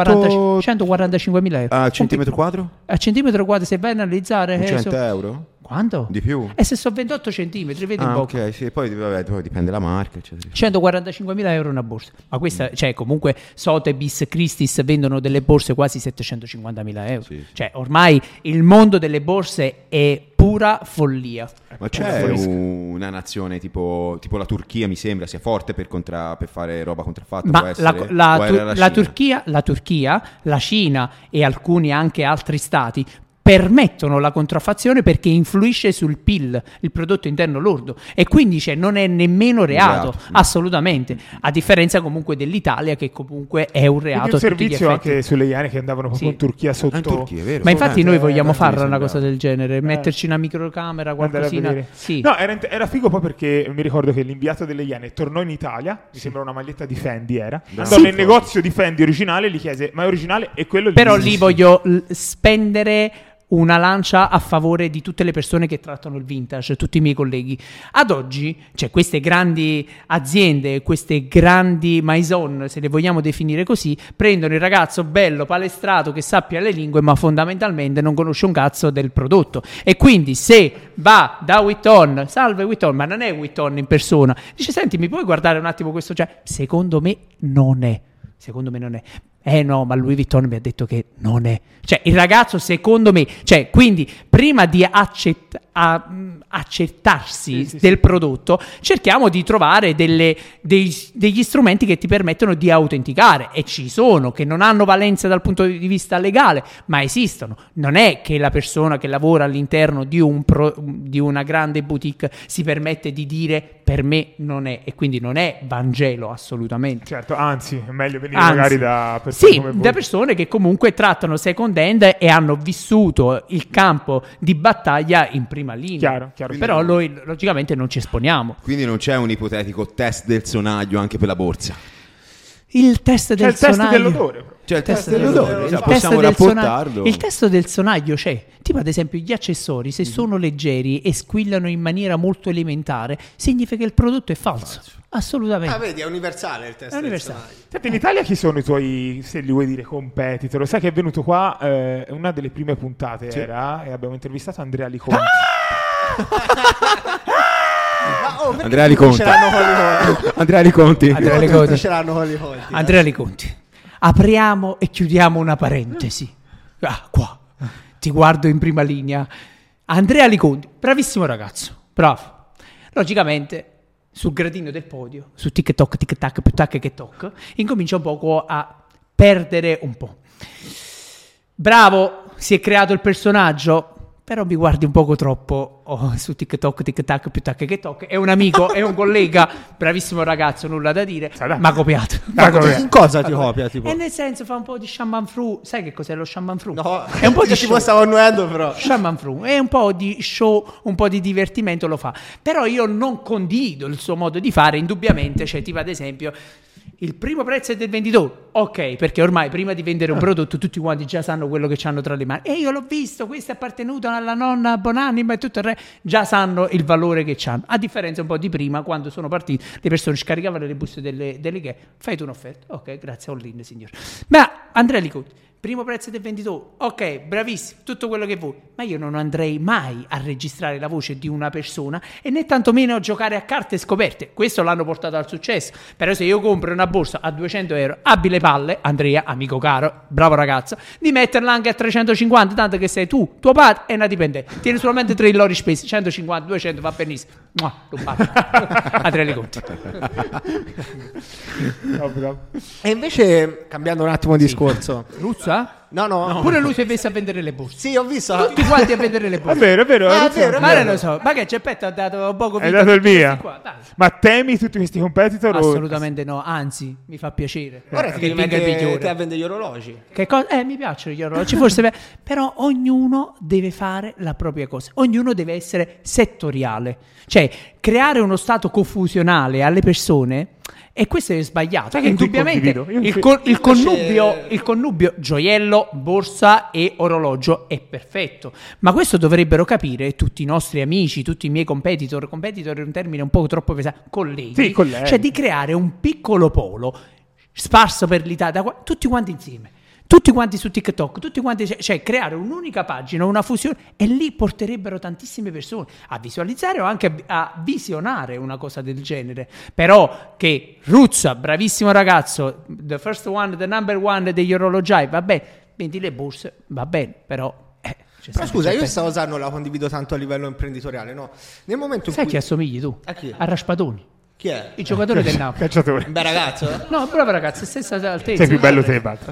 145.000 euro. A centimetro quadro? A centimetro quadro, se vai a analizzare 100 euro? Quanto? Di più? E se sono 28 centimetri, vedi un po'. Ok, sì, poi dipende la marca, eccetera. 145.000 euro una borsa. Ma questa, cioè, comunque Sotheby's, Christie's vendono delle borse quasi 750.000 euro. Sì. Cioè, ormai il mondo delle borse è pura follia. Ma c'è una nazione tipo la Turchia, mi sembra, sia forte per fare roba contraffatta? Ma può essere? O era la Turchia, la Cina e alcuni anche altri stati permettono la contraffazione perché influisce sul PIL, il prodotto interno lordo, e quindi non è nemmeno reato, assolutamente, a differenza comunque dell'Italia che comunque è un reato. Un servizio anche sulle Iene che andavano proprio in Turchia sotto. In Turchia, è vero. Ma infatti noi vogliamo farla mi una sembra. cosa del genere, metterci una microcamera, qualcosina. Sì. No, era figo poi perché mi ricordo che l'inviato delle Iene tornò in Italia, mi sembra una maglietta di Fendi era, andò nel negozio di Fendi originale e gli chiese ma è originale? E quello Però gli disse lì sì. voglio spendere una lancia a favore di tutte le persone che trattano il vintage, tutti i miei colleghi. Ad oggi, cioè queste grandi aziende, queste grandi maison, se le vogliamo definire così, prendono il ragazzo bello, palestrato, che sappia le lingue, ma fondamentalmente non conosce un cazzo del prodotto. E quindi se va da Vuitton, salve Vuitton, ma non è Vuitton in persona, dice senti, mi puoi guardare un attimo questo? Cioè, secondo me non è. No, ma Louis Vuitton mi ha detto che non è. Cioè, il ragazzo, secondo me, cioè, quindi prima di accettarsi del prodotto, cerchiamo di trovare degli strumenti che ti permettono di autenticare, e ci sono, che non hanno valenza dal punto di vista legale, ma esistono. Non è che la persona che lavora all'interno di una grande boutique si permette di dire per me non è, e quindi non è Vangelo assolutamente. Certo, anzi, è meglio venire magari da persone come voi. Da persone che comunque trattano second hand e hanno vissuto il campo di battaglia in prima linea. Chiaro. Però noi logicamente non ci esponiamo. Quindi non c'è un ipotetico test del sonaglio anche per la borsa? Il test del sonaglio. Dell'odore. Cioè il test test dell'odore, il possiamo test del rapportarlo. il test del sonaglio c'è. Tipo ad esempio gli accessori, se sono leggeri e squillano in maniera molto elementare, significa che il prodotto è falso. Assolutamente. Vedi, è universale il test. È universale. Senti, in Italia chi sono i tuoi, se li vuoi dire, competitor? Sai che è venuto qua, una delle prime puntate era, e abbiamo intervistato Andrea Liconti. Andrea Liconti. Andrea Liconti. Andrea Liconti. Apriamo e chiudiamo una parentesi. Qua. Ti guardo in prima linea. Andrea Liconti, bravissimo ragazzo. Bravo. Logicamente, sul gradino del podio, su TikTok, tic-tac, più tac che toc, incomincia un poco a perdere un po'. Bravo, si è creato il personaggio, però mi guardi un poco troppo su TikTok, tic-tac, più tac che toc. È un amico, è un collega, bravissimo ragazzo, nulla da dire, ma copiato. In cosa ti copia? Tipo? E nel senso fa un po' di Shambanfru. Sai che cos'è lo Shambanfru? No, è un po' di show. Stavo annuendo però. Shambanfru è un po' di show, un po' di divertimento lo fa. Però io non condivido il suo modo di fare, indubbiamente. Cioè, tipo ad esempio, il primo prezzo è del venditore, ok, perché ormai prima di vendere un prodotto tutti quanti già sanno quello che hanno tra le mani. E io l'ho visto, questo è appartenuto alla nonna Bonanima e tutto il resto, già sanno il valore che hanno. A differenza un po' di prima, quando sono partiti, le persone scaricavano le buste delle che fai tu un'offerta, ok, grazie, all-in signore. Ma Andrea Licotti, primo prezzo del venditore, ok, bravissimo, tutto quello che vuoi, ma io non andrei mai a registrare la voce di una persona e né tantomeno a giocare a carte scoperte. Questo l'hanno portato al successo. Però se io compro una borsa a 200 euro, abbi le palle, Andrea, amico caro, bravo ragazzo, di metterla anche a 350, tanto che sei tu, tuo padre e una dipendente, tieni solamente 3 lori spesi, 150, 200 va benissimo. Andrea Licotti. E invece, cambiando un attimo discorso, Luzza? No. Pure lui si è messo a vendere le borse. Sì, ho visto. Tutti quanti a vendere le borse. È vero. Ma non lo so. Ma che Geppetto ha dato poco vita. Hai dato il via. Qua, ma temi tutti questi competitor? Assolutamente no. Anzi, mi fa piacere. Ora che venga il migliore. Te a vendere gli orologi. Che cosa? Mi piacciono gli orologi. Forse però ognuno deve fare la propria cosa. Ognuno deve essere settoriale. Cioè, creare uno stato confusionale alle persone. E questo è sbagliato. Sai che indubbiamente il connubio gioiello, borsa e orologio è perfetto. Ma questo dovrebbero capire tutti i nostri amici, tutti i miei competitor è un termine un po' troppo pesante, colleghi. Cioè di creare un piccolo polo sparso per l'Italia, tutti quanti insieme. Tutti quanti su TikTok, tutti quanti, cioè creare un'unica pagina, una fusione, e lì porterebbero tantissime persone a visualizzare o anche a visionare una cosa del genere. Però che Ruzza, bravissimo ragazzo, the first one, the number one degli orologiai, va bene, vendi le borse, va bene, però... Però scusa, io questa cosa non la condivido tanto a livello imprenditoriale, no? Nel momento in Sai cui... chi assomigli tu? A chi? A Raspadoni. Chi è? Il giocatore del Napoli. Calciatore. Un bel ragazzo? No, bravo ragazzo, stessa altezza. Sei più bello te, Bat.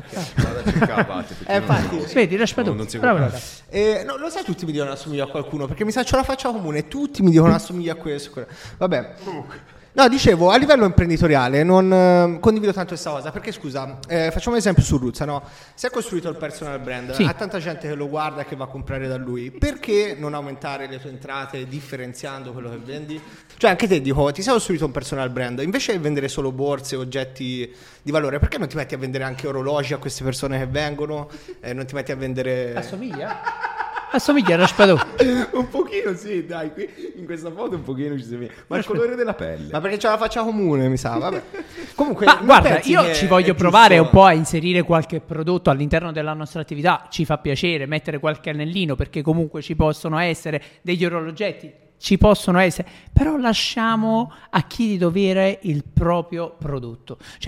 Infatti. Vedi, Raspadoni. Bravo ragazzo. No, lo sai, tutti mi dicono assomiglia a qualcuno, perché mi sa c'ho la faccia comune, tutti mi dicono assomiglia a questo. Vabbè. No, dicevo, a livello imprenditoriale non condivido tanto questa cosa, perché scusa, facciamo un esempio su Ruzza, no? Si è costruito il personal brand, sì. Ha tanta gente che lo guarda e che va a comprare da lui, perché non aumentare le tue entrate differenziando quello che vendi? Cioè anche te dico, ti sei costruito un personal brand, invece di vendere solo borse, oggetti di valore, perché non ti metti a vendere anche orologi a queste persone che vengono? Non ti metti a vendere... Assomiglia a Raspadoni. Un pochino sì, dai, qui in questa foto un pochino ci si vede. Ma il colore della pelle. Ma perché c'ha la faccia comune, mi sa, vabbè. Comunque, ma guarda, io ci voglio provare un po' a inserire qualche prodotto all'interno della nostra attività, ci fa piacere mettere qualche anellino, perché comunque ci possono essere degli orologetti, ci possono essere, però lasciamo a chi di dovere il proprio prodotto. Cioè,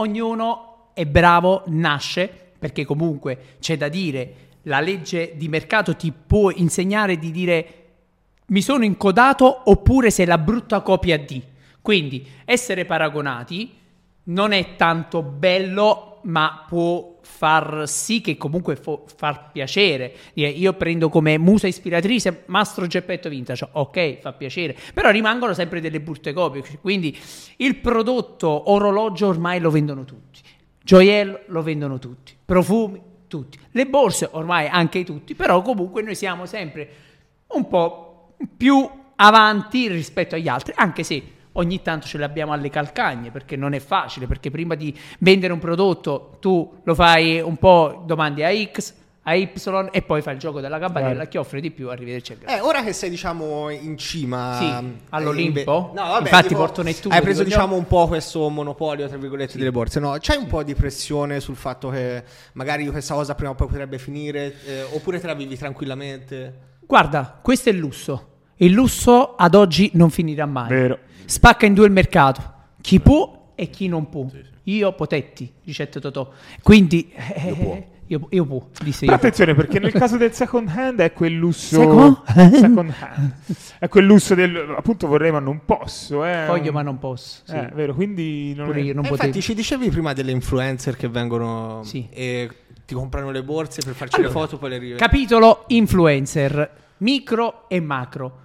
ognuno è bravo, nasce, perché comunque c'è da dire, la legge di mercato ti può insegnare di dire mi sono incodato oppure sei la brutta copia di. Quindi essere paragonati non è tanto bello, ma può far sì che comunque far piacere. Io prendo come musa ispiratrice Mastro Geppetto Vintage, ok, fa piacere, però rimangono sempre delle brutte copie. Quindi il prodotto orologio ormai lo vendono tutti, gioiello lo vendono tutti, profumi tutti, le borse ormai anche tutti, però comunque noi siamo sempre un po' più avanti rispetto agli altri, anche se ogni tanto ce le abbiamo alle calcagne, perché non è facile, perché prima di vendere un prodotto tu lo fai un po', domandi a X, a Y e poi fai il gioco della campanella, chi offre di più, arrivederci al grazie. Ora che sei diciamo in cima, sì, all'Olimpo, no, vabbè, infatti tipo, porto Nettuno, hai preso diciamo un po' questo monopolio tra virgolette delle borse, no? C'hai un po' di pressione sul fatto che magari questa cosa prima o poi potrebbe finire, oppure te la vivi tranquillamente? Guarda, questo è il lusso ad oggi non finirà mai. Vero. Spacca in due il mercato, chi può e chi non può. Io potetti, ricette Totò, quindi io può, disse Però io. attenzione, perché nel caso del second hand è quel lusso. Second hand. È quel lusso del appunto vorrei ma non posso. Voglio ma non posso. Sì. Vero, quindi non Pure è... io non potevo. Infatti ci dicevi prima delle influencer che vengono Sì. e ti comprano le borse per farci le foto, poi le rivedi. Capitolo influencer, micro e macro.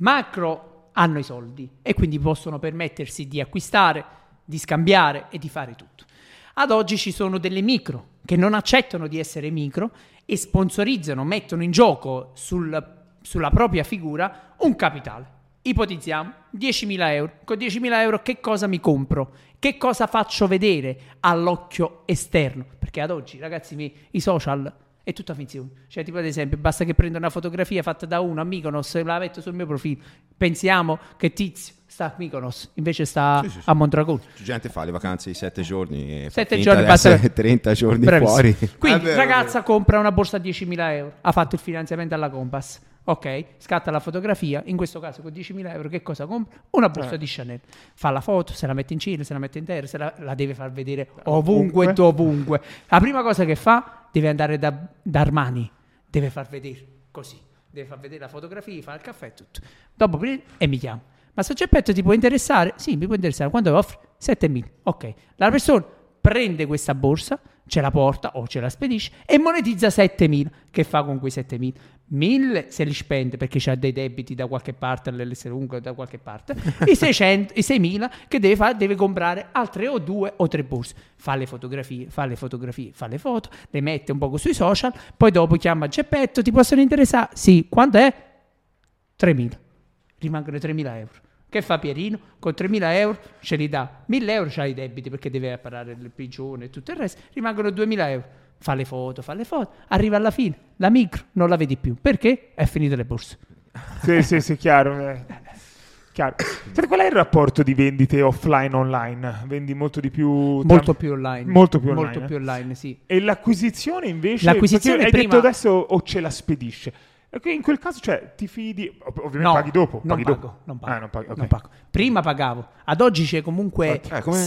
Macro hanno i soldi e quindi possono permettersi di acquistare, di scambiare e di fare tutto. Ad oggi ci sono delle micro che non accettano di essere micro e sponsorizzano, mettono in gioco sulla propria figura un capitale. Ipotizziamo 10.000 euro. Con 10.000 euro che cosa mi compro? Che cosa faccio vedere all'occhio esterno? Perché ad oggi, ragazzi miei, i social è tutta finzione. Cioè, tipo ad esempio, basta che prendo una fotografia fatta da uno a Mykonos e la metto sul mio profilo. Pensiamo che Tizio sta a Mykonos, invece sta a Mondragone. Gente fa le vacanze di 7 giorni e 7 giorni basta basta 30 giorni Bravissimo. fuori. Quindi È vero, ragazza compra una borsa a 10.000 euro, ha fatto il finanziamento alla Compass, ok, scatta la fotografia, in questo caso con 10.000 euro che cosa compra? Una borsa di Chanel, fa la foto, se la mette in Cina, se la mette in terra, la deve far vedere ovunque e dovunque. La prima cosa che fa, deve andare da Armani, deve far vedere così, deve far vedere la fotografia, fa il caffè e tutto, dopo e mi chiama. Ma se Geppetto ti può interessare? Sì, mi può interessare. Quando lo offri? 7.000. Ok. La persona prende questa borsa, ce la porta o ce la spedisce e monetizza 7.000. Che fa con quei 7.000? 1.000 se li spende perché c'ha dei debiti da qualche parte, all'LS lunga da qualche parte. I 6.000 che deve fare? Deve comprare altre o 2 o 3 borse. Fa le fotografie, fa le foto, le mette un poco sui social, poi dopo chiama Geppetto, ti possono interessare? Sì. Quanto è? 3.000. Rimangono 3.000 euro. Che fa Pierino? Con 3.000 euro ce li dà. 1.000 euro c'ha i debiti perché deve pagare il prigione e tutto il resto. Rimangono 2.000 euro. Fa le foto. Arriva alla fine. La micro non la vedi più. Perché? È finite le borse. Sì, chiaro. Chiaro. Cioè, qual è il rapporto di vendite offline-online? Vendi molto di più... Molto più online. Molto più online, sì. E l'acquisizione invece... L'acquisizione hai prima... detto adesso o ce la spedisce? In quel caso, cioè, ti fidi, ovviamente No, paghi dopo. non Paghi pago. non paghi, ok. Non pago. Prima pagavo. Ad oggi c'è comunque come-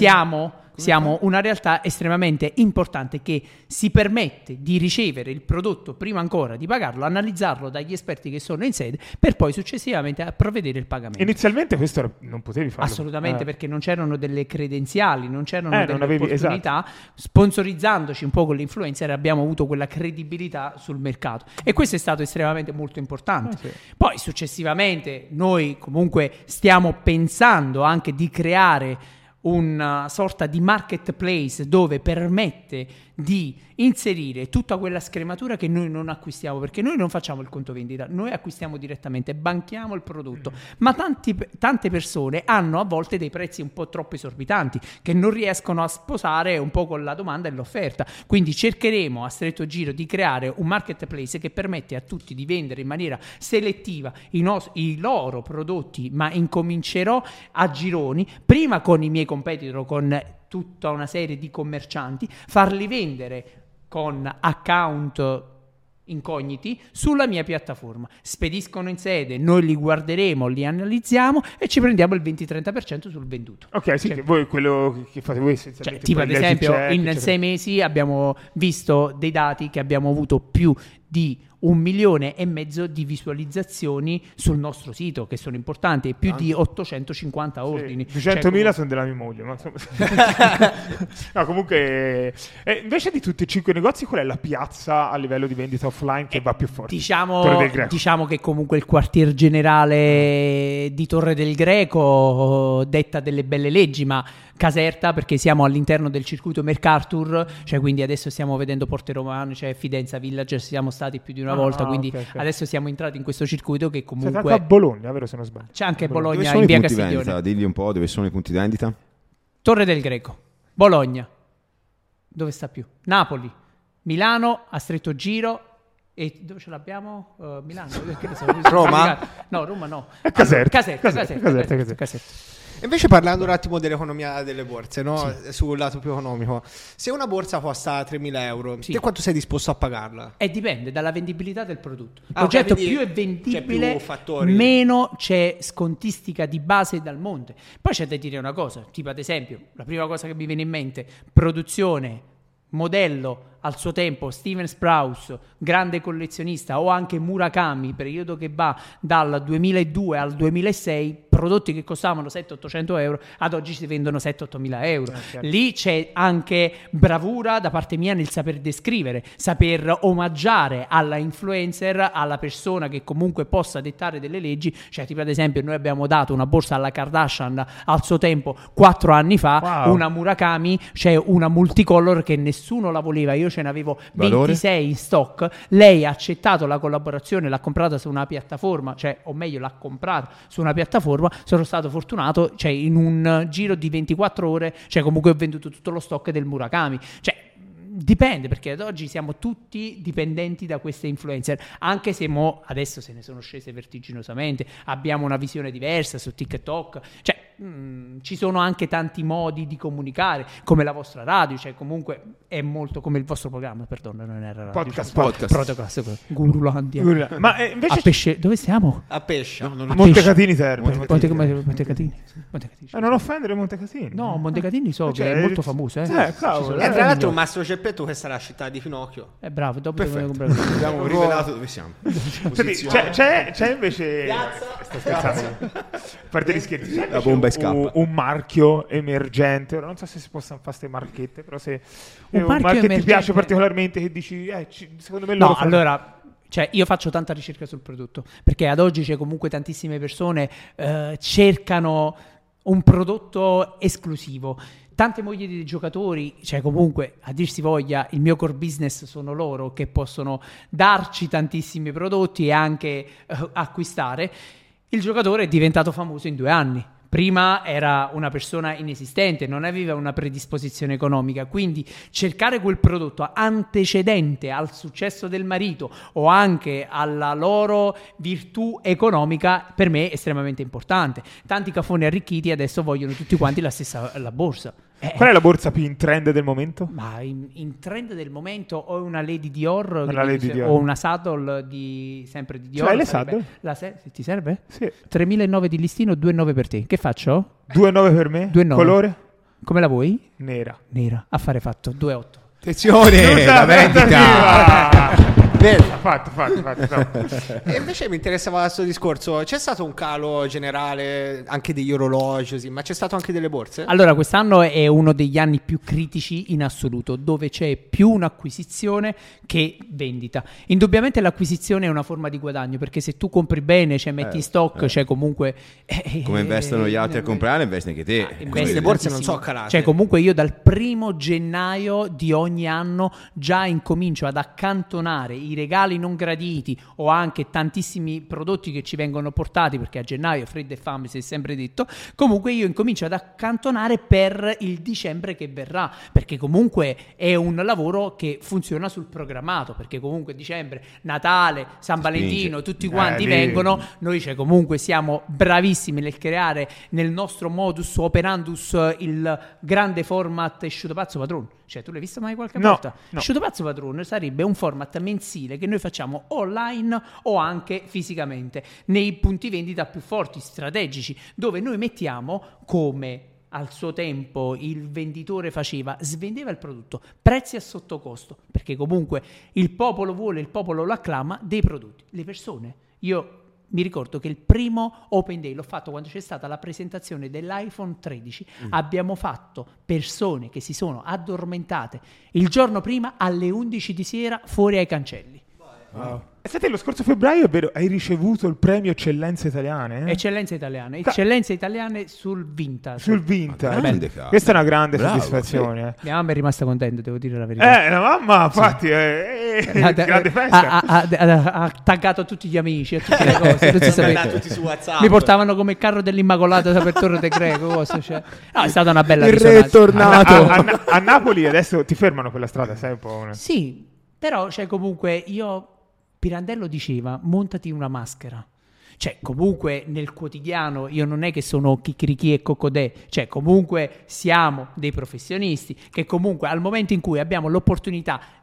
siamo una realtà estremamente importante che si permette di ricevere il prodotto prima ancora di pagarlo, analizzarlo dagli esperti che sono in sede per poi successivamente a provvedere il pagamento. Inizialmente questo non potevi farlo. Assolutamente, perché non c'erano delle credenziali, non c'erano delle non avevi- opportunità. Sponsorizzandoci un po' con l'influencer abbiamo avuto quella credibilità sul mercato e questo è stato estremamente molto importante. Sì. Poi successivamente noi comunque stiamo pensando anche di creare una sorta di marketplace dove permette di inserire tutta quella scrematura che noi non acquistiamo, perché noi non facciamo il conto vendita, noi acquistiamo direttamente, banchiamo il prodotto, ma tante persone hanno a volte dei prezzi un po' troppo esorbitanti che non riescono a sposare un po' con la domanda e l'offerta, quindi cercheremo a stretto giro di creare un marketplace che permette a tutti di vendere in maniera selettiva i loro prodotti, ma incomincerò a gironi, prima con i miei competitor, con tutta una serie di commercianti, farli vendere con account incogniti sulla mia piattaforma, spediscono in sede, noi li guarderemo, li analizziamo e ci prendiamo il 20-30% sul venduto. Ok, sì, Cioè, che voi quello che fate voi essenzialmente. tipo ad esempio in eccetera. 6 mesi abbiamo visto dei dati che abbiamo avuto più di 1,5 milioni di visualizzazioni sul nostro sito, che sono importanti, e più di 850 ordini. 200.000 sono della mia moglie, ma insomma... No, comunque invece di tutti e 5 negozi, qual è la piazza a livello di vendita offline che va più forte? Torre del Greco. Diciamo che comunque il quartier generale di Torre del Greco detta delle belle leggi, ma Caserta, perché siamo all'interno del circuito MacArthur, cioè quindi adesso stiamo vedendo Porte Romane, cioè Fidenza Village, siamo stati più di una volta, quindi ok. adesso siamo entrati in questo circuito che Siete anche a comunque Bologna, vero se non sbaglio? c'è anche Dove Bologna sono in i via punti vendita? Castiglione. Digli un po' dove sono i punti vendita. Torre del Greco, Bologna, dove sta più? Napoli, Milano, a stretto giro. E dove ce l'abbiamo? Milano? Che ne so, Roma? No, Roma no. Caserta. Caserta. Invece parlando un attimo dell'economia delle borse, no? Sul lato più economico, se una borsa costa 3.000 euro, Sì. te quanto sei disposto a pagarla? E dipende dalla vendibilità del prodotto. Il Ah, ok, progetto quindi più è c'è vendibile, più fattori. meno c'è scontistica di base dal monte. Poi c'è da dire una cosa, tipo ad esempio, la prima cosa che mi viene in mente, produzione, modello al suo tempo Steven Sprouse, grande collezionista, o anche Murakami, periodo che va dal 2002 al 2006, prodotti che costavano 700-800 euro, ad oggi si vendono 7-8 mila euro. Certo. Lì c'è anche bravura da parte mia nel saper descrivere, saper omaggiare alla influencer, alla persona che comunque possa dettare delle leggi. Cioè, tipo ad esempio, noi abbiamo dato una borsa alla Kardashian al suo tempo 4 anni fa, Wow. una Murakami, cioè una multicolor che nessuno la voleva, io ce ne avevo Valore? 26 in stock, lei ha accettato la collaborazione, l'ha comprata su una piattaforma, cioè, o meglio l'ha comprata su una piattaforma, sono stato fortunato, cioè in un giro di 24 ore, cioè comunque ho venduto tutto lo stock del Murakami. Cioè dipende, perché ad oggi siamo tutti dipendenti da queste influencer, anche se adesso se ne sono scese vertiginosamente, abbiamo una visione diversa su TikTok, cioè ci sono anche tanti modi di comunicare, come la vostra radio, cioè comunque è molto come il vostro programma, perdono, non era radio, Podcast. Gurulandia. Ma invece A Pesce, dove siamo? A Pescia. a Montecatini serve. Montecatini. Non offendere Montecatini. No, Montecatini so Cioè, che è molto famoso, cavolo. E tra l'altro Mastro Ceppetto, questa è la città di Pinocchio. è bravo, dopo Perfetto. Abbiamo rivelato dove siamo. Senti, c'è invece sto scherzando. A parte gli scherzi, c'è La invece bomba e scappa. un marchio emergente. Ora non so se si possono fare queste marchette, però se Un un marchio marchio ti emergente- piace particolarmente, che dici secondo me No, loro fanno- allora, cioè io faccio tanta ricerca sul prodotto, perché ad oggi c'è comunque tantissime persone cercano un prodotto esclusivo. Tante mogli di giocatori, cioè comunque a dirsi voglia, il mio core business sono loro che possono darci tantissimi prodotti e anche acquistare. Il giocatore è diventato famoso in 2 anni. Prima era una persona inesistente, non aveva una predisposizione economica, quindi cercare quel prodotto antecedente al successo del marito o anche alla loro virtù economica per me è estremamente importante. Tanti cafoni arricchiti adesso vogliono tutti quanti la borsa. Qual è la borsa più in trend del momento? Ma in trend del momento o una Lady Dior, Una Lady Dior. o una Saddle sempre di Dior. l'hai le sarebbe- Saddle? ti serve? Sì. 3.900 di listino, 2.900 per te. Che faccio? 2,9 per me. 2,9. Colore? Come la vuoi? Nera. Nera. Affare fatto. 2.8. Attenzione, la vendita. Bene. Fatto. E invece mi interessava questo discorso. C'è stato un calo generale anche degli orologi, sì, ma c'è stato anche delle borse? Allora, quest'anno è uno degli anni più critici in assoluto, dove c'è più un'acquisizione che vendita. Indubbiamente l'acquisizione è una forma di guadagno, perché se tu compri bene, cioè metti in stock, cioè comunque... Come investono gli altri a comprare, investi anche te. Investe le borse non tantissimo. so calate. Cioè comunque io dal 1° gennaio di ogni anno già incomincio ad accantonare i regali non graditi o anche tantissimi prodotti che ci vengono portati, perché a gennaio freddo e fame si è sempre detto. Comunque io incomincio ad accantonare per il dicembre che verrà, perché comunque è un lavoro che funziona sul programmato, perché comunque dicembre, Natale, San Valentino, tutti quanti lì- vengono. Noi cioè comunque siamo bravissimi nel creare nel nostro modus operandus il grande format Asciutto Pazzo Patron. Cioè, tu l'hai visto mai qualche No, volta? no. Asciutto Pazzo Patron sarebbe un format mensile che noi facciamo online o anche fisicamente nei punti vendita più forti, strategici, dove noi mettiamo come al suo tempo il venditore faceva, svendeva il prodotto, prezzi a sottocosto, perché comunque il popolo vuole, il popolo lo acclama, dei prodotti. Le persone, io mi ricordo che il primo Open Day l'ho fatto quando c'è stata la presentazione dell'iPhone 13. Abbiamo fatto persone che si sono addormentate il giorno prima alle 11 di sera fuori ai cancelli. Senti, lo scorso febbraio, è vero, hai ricevuto il premio Eccellenze Italiane? Eccellenze italiane sul vintage. Sul vintage. Ma grande cazzo. Questa è una grande Bravo, soddisfazione. Mia mamma è rimasta contenta, devo dire la verità. La mamma, infatti, grande festa. Ha taggato tutti gli amici e tutte le cose. Non si Sono sapeva. andati tutti su WhatsApp. Mi portavano come il carro dell'Immacolata per Torre de Greco. Cose, cioè. No, è stata una bella Il re è risonanza. tornato. A Napoli adesso ti fermano per la strada, sai un po'. Sì, però cioè, comunque Pirandello diceva montati una maschera. Cioè comunque nel quotidiano io non è che sono chicchirichì e cocodè, cioè comunque siamo dei professionisti che comunque al momento in cui abbiamo l'opportunità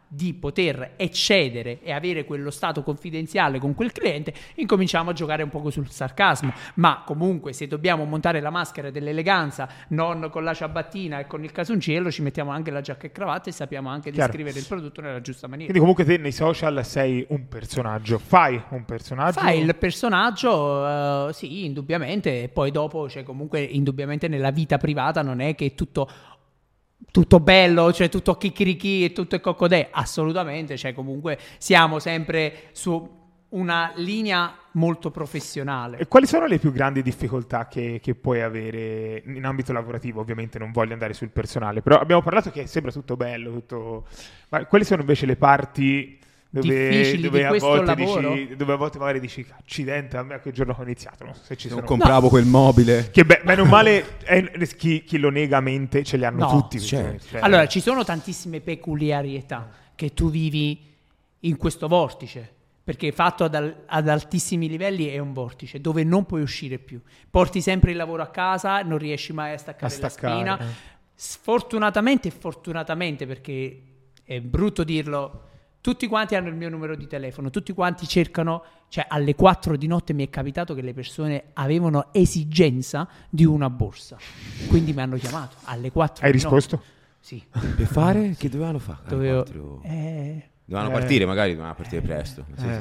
di poter eccedere e avere quello stato confidenziale con quel cliente, incominciamo a giocare un poco sul sarcasmo. Ma comunque, se dobbiamo montare la maschera dell'eleganza, non con la ciabattina e con il casoncello, ci mettiamo anche la giacca e cravatta e sappiamo anche descrivere il prodotto nella giusta maniera. Quindi comunque te nei social sei un personaggio, fai un personaggio. Fai il personaggio, sì, indubbiamente, e poi dopo, cioè comunque indubbiamente nella vita privata non è che è tutto bello, cioè tutto chicchirichì e tutto è coccodè, assolutamente, cioè comunque siamo sempre su una linea molto professionale. E quali sono le più grandi difficoltà che puoi avere in ambito lavorativo? Ovviamente non voglio andare sul personale, però abbiamo parlato che sembra tutto bello, tutto... Ma quali sono invece le parti dove a volte magari dici accidente, a me a quel giorno ho iniziato, non so se ci sono... Non compravo quel mobile. Che bene o male chi lo nega mente ce li hanno tutti. Certo. Cioè, allora, ci sono tantissime peculiarità che tu vivi in questo vortice, perché fatto ad altissimi livelli è un vortice dove non puoi uscire più, porti sempre il lavoro a casa, non riesci mai a staccare la spina. Sfortunatamente e fortunatamente, perché è brutto dirlo, tutti quanti hanno il mio numero di telefono, tutti quanti cercano, cioè alle 4 di notte mi è capitato che le persone avevano esigenza di una borsa, quindi mi hanno chiamato alle 4 hai di risposto? notte. Sì. Per fare? Che dovevano fare? Dovevano partire, magari dovevano partire presto.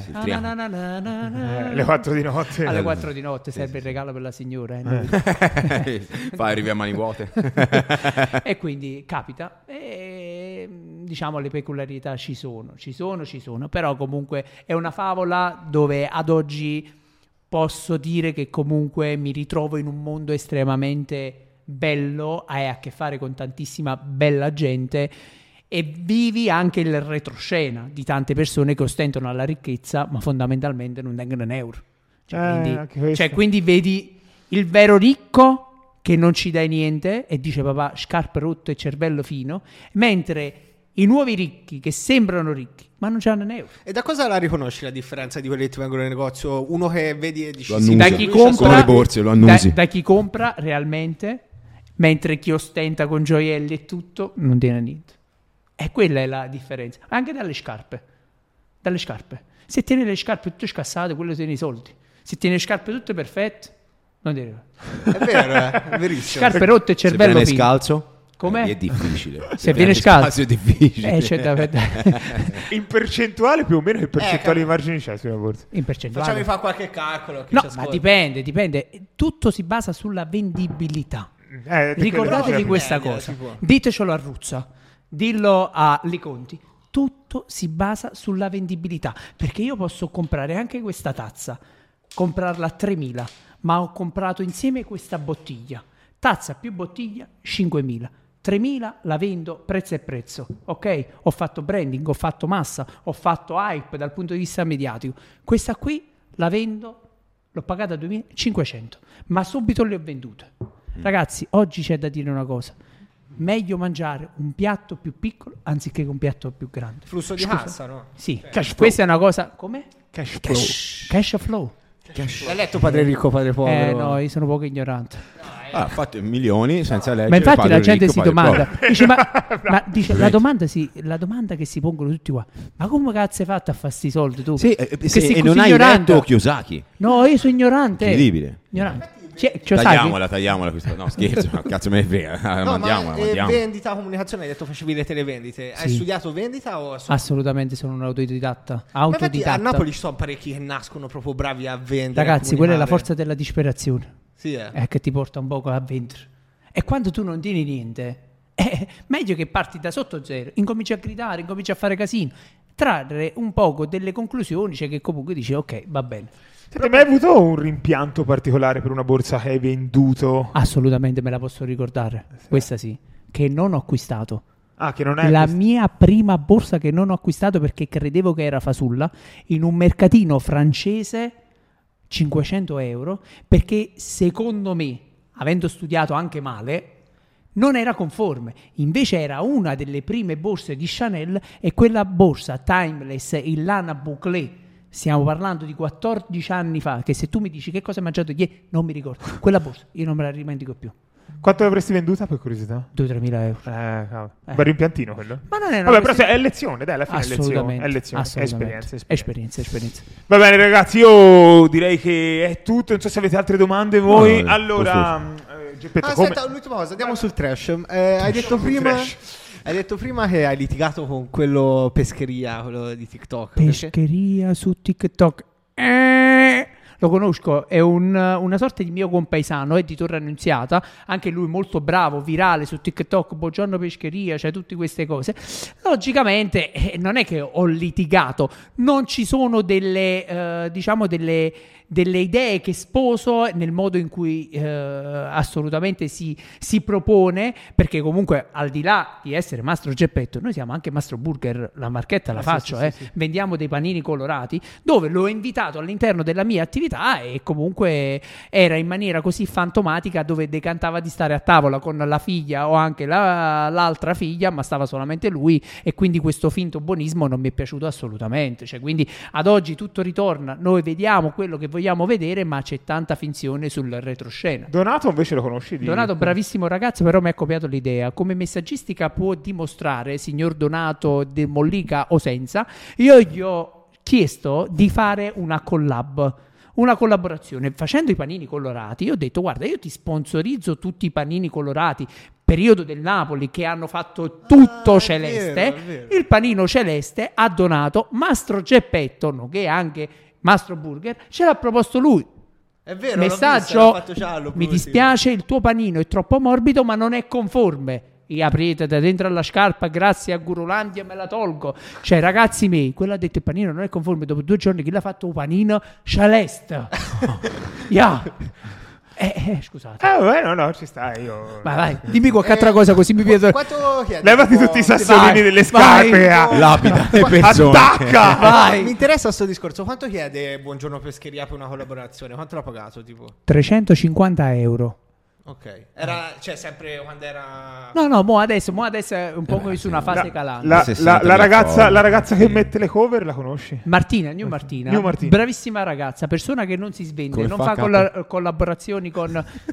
Le 4 di notte. Alle 4 di notte serve il regalo per la signora. Fai, arrivi a mani vuote. E quindi capita. E, diciamo, le peculiarità ci sono. Però comunque è una favola dove ad oggi posso dire che comunque mi ritrovo in un mondo estremamente bello, hai a che fare con tantissima bella gente e vivi anche il retroscena di tante persone che ostentano la ricchezza ma fondamentalmente non tengono un euro, quindi vedi il vero ricco che non ci dai niente e dice papà scarpe rotte e cervello fino, mentre i nuovi ricchi che sembrano ricchi ma non c'hanno un euro. E da cosa la riconosci la differenza di quelli che ti vengono nel negozio? Uno che vedi e dici sì, da chi compra, come le borse, lo annusi. Da chi compra realmente, mentre chi ostenta con gioielli e tutto non tiene niente. E quella è la differenza. Anche dalle scarpe. Se tieni le scarpe tutte scassate, quello tieni i soldi. Se tieni le scarpe tutte perfette, non tieni. È vero, è verissimo. Scarpe rotte e cervello se fino. Scalzo? Com'è? È difficile. Se viene scalzo è difficile. In percentuale più o meno che percentuale di margini c'è sulla borsa? In percentuale. Facciami fare qualche calcolo. No, ma dipende. Tutto si basa sulla vendibilità. Ricordatevi questa cosa. Ditecelo a Ruzza. Dillo a Liconti. Tutto si basa sulla vendibilità, perché io posso comprare anche questa tazza, comprarla a 3.000, ma ho comprato insieme questa bottiglia, tazza più bottiglia 5.000, 3.000 la vendo prezzo e prezzo, ok? Ho fatto branding, ho fatto massa, ho fatto hype dal punto di vista mediatico. Questa qui la vendo, l'ho pagata a 2.500, ma subito le ho vendute. Ragazzi, oggi c'è da dire una cosa: meglio mangiare un piatto più piccolo anziché un piatto più grande. Flusso di cassa, no? Sì, questa è una cosa. Come? Cash flow. Hai letto Padre Ricco, Padre Povero? No, io sono poco ignorante. Fate milioni senza leggere. Ma infatti Padre la gente Ricco, si Padre domanda, Povero. dice, la domanda che si pongono tutti qua: ma come cazzo hai fatto a fare sti soldi tu? Sì, Che sei e così non hai ignorante? letto Kiyosaki. No, io sono ignorante. Incredibile. Ignorante. Tagliamola questa. No, scherzo, cazzo me ne frega. No, mandiamola. Vendita, comunicazione, hai detto facevi le televendite. Hai studiato vendita o Assolutamente, sono un autodidatta. Infatti a Napoli ci sono parecchi che nascono proprio bravi a vendere. Ragazzi, quella è la forza della disperazione. Sì, è che ti porta un poco a vendere. E quando tu non tieni niente, è meglio che parti da sotto zero, incominci a gridare, incominci a fare casino, trarre un poco delle conclusioni, cioè che comunque dici ok, va bene. Hai mai avuto un rimpianto particolare per una borsa che hai venduto? Assolutamente, me la posso ricordare. Sì. Questa sì, che non ho acquistato. Che non è la mia prima borsa che non ho acquistato perché credevo che era fasulla, in un mercatino francese, 500 euro, perché secondo me, avendo studiato anche male, non era conforme. Invece era una delle prime borse di Chanel e quella borsa Timeless in lana bouclé. Stiamo parlando di 14 anni fa, che se tu mi dici che cosa hai mangiato ieri, non mi ricordo. Quella borsa, io non me la dimentico più. Quanto l'avresti venduta per curiosità? 2-3 mila euro. Cavolo. Bel rimpiantino quello. Ma non è una Vabbè, però è lezione, dai, alla fine assolutamente, è lezione, assolutamente. è esperienza. Esperienza. Va bene ragazzi, io direi che è tutto, non so se avete altre domande voi. No, allora, Geppetto, Aspetta, l'ultima cosa, andiamo sul trash. Hai detto prima che hai litigato con quello Pescheria, quello di TikTok. Pescheria su TikTok. Lo conosco, è una sorta di mio compaesano, è di Torre Annunziata, anche lui molto bravo, virale su TikTok, buongiorno Pescheria, cioè tutte queste cose. Logicamente non è che ho litigato, non ci sono delle idee che sposo nel modo in cui assolutamente si propone, perché comunque al di là di essere Mastro Geppetto noi siamo anche Mastro Burger, la marchetta la faccio, sì. Vendiamo dei panini colorati, dove l'ho invitato all'interno della mia attività e comunque era in maniera così fantomatica, dove decantava di stare a tavola con la figlia o anche l'altra figlia, ma stava solamente lui, e quindi questo finto buonismo non mi è piaciuto assolutamente, cioè quindi ad oggi tutto ritorna, noi vediamo quello che vogliamo vedere, ma c'è tanta finzione sul retroscena. Donato invece lo conosci? Donato, bravissimo ragazzo, però mi ha copiato l'idea. Come messaggistica può dimostrare, signor Donato, de Mollica o senza, io gli ho chiesto di fare una collaborazione facendo i panini colorati. Io ho detto: guarda, io ti sponsorizzo tutti i panini colorati periodo del Napoli, che hanno fatto tutto celeste, vero. Il panino celeste ha donato Mastro Geppetto, nonché anche Mastro Burger, ce l'ha proposto lui. È vero, messaggio: l'ha fatto giallo, mi dispiace, il tuo panino è troppo morbido, ma non è conforme. E aprite da dentro alla scarpa, grazie a Gurulandia me la tolgo. Cioè, ragazzi miei, quello ha detto il panino non è conforme. Dopo 2 giorni chi l'ha fatto un panino celeste. Scusate. No, ci sta io. Vai, dimmi qualche altra cosa così mi piace. Levati tutti i sassolini delle scarpe. Lapida le persone. Attacca. Vai. Mi interessa questo discorso. Quanto chiede Buongiorno Pescheria per una collaborazione? Quanto l'ha pagato? Tipo 350 euro. Ok, era sempre quando era. No, mo adesso è un po' come su una fase calante. La ragazza che mette le cover la conosci? Martina, New Martina. Bravissima ragazza, persona che non si svende, come non fa collaborazioni con.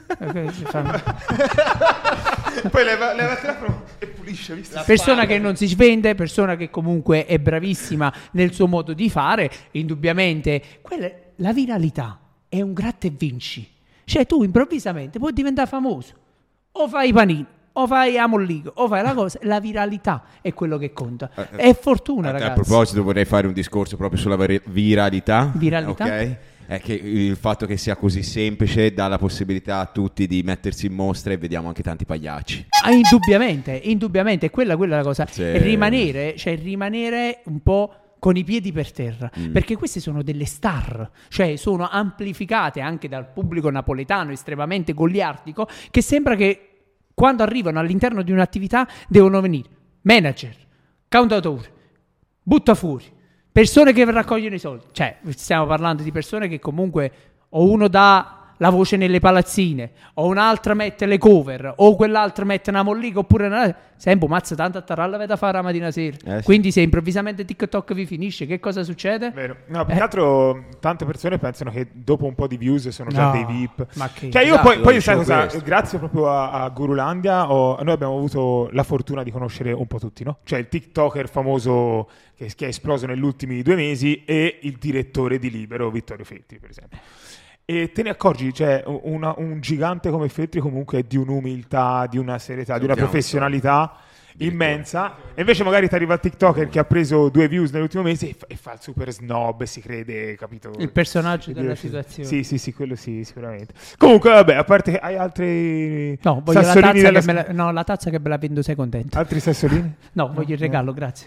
Poi leva il telefono e pulisce. Persona che non si svende, persona che comunque è bravissima nel suo modo di fare. Indubbiamente, la viralità è un gratta e vinci. Cioè tu improvvisamente puoi diventare famoso, o fai i panini, o fai a Mollico, o fai la cosa, la viralità è quello che conta. È fortuna, ragazzi. A proposito vorrei fare un discorso proprio sulla viralità. Ok? È che il fatto che sia così semplice dà la possibilità a tutti di mettersi in mostra, e vediamo anche tanti pagliacci. Indubbiamente, quella è la cosa. Sì. Rimanere un po' con i piedi per terra, perché queste sono delle star, cioè sono amplificate anche dal pubblico napoletano estremamente goliardico, che sembra che quando arrivano all'interno di un'attività devono venire manager, countatore, butta fuori, persone che raccogliono i soldi. Cioè stiamo parlando di persone che comunque o uno dà la voce nelle palazzine, o un'altra mette le cover, o quell'altra mette una Mollica, oppure sempre mazza tanto a taralla avete a fare la mattina sera. Sì. Quindi se improvvisamente TikTok vi finisce, che cosa succede? Vero. No, più che altro tante persone pensano che dopo un po' di views sono già dei VIP. Ma che cioè io poi sai cosa? Grazie proprio a Gurulandia noi abbiamo avuto la fortuna di conoscere un po' tutti, no? Cioè il TikToker famoso che è esploso negli ultimi 2 mesi e il direttore di Libero, Vittorio Feltri, per esempio. E te ne accorgi, cioè un gigante come Feltri comunque è di un'umiltà, di una serietà, di una professionalità immensa, e invece magari ti arriva il TikToker che ha preso 2 views nell'ultimo mese e fa il super snob e si crede, capito? Il personaggio della situazione. Sì, quello sì, sicuramente. Comunque vabbè, a parte che hai altri sassolini la tazza che me la vendo, sei contento? Altri sassolini? No, voglio il regalo, grazie.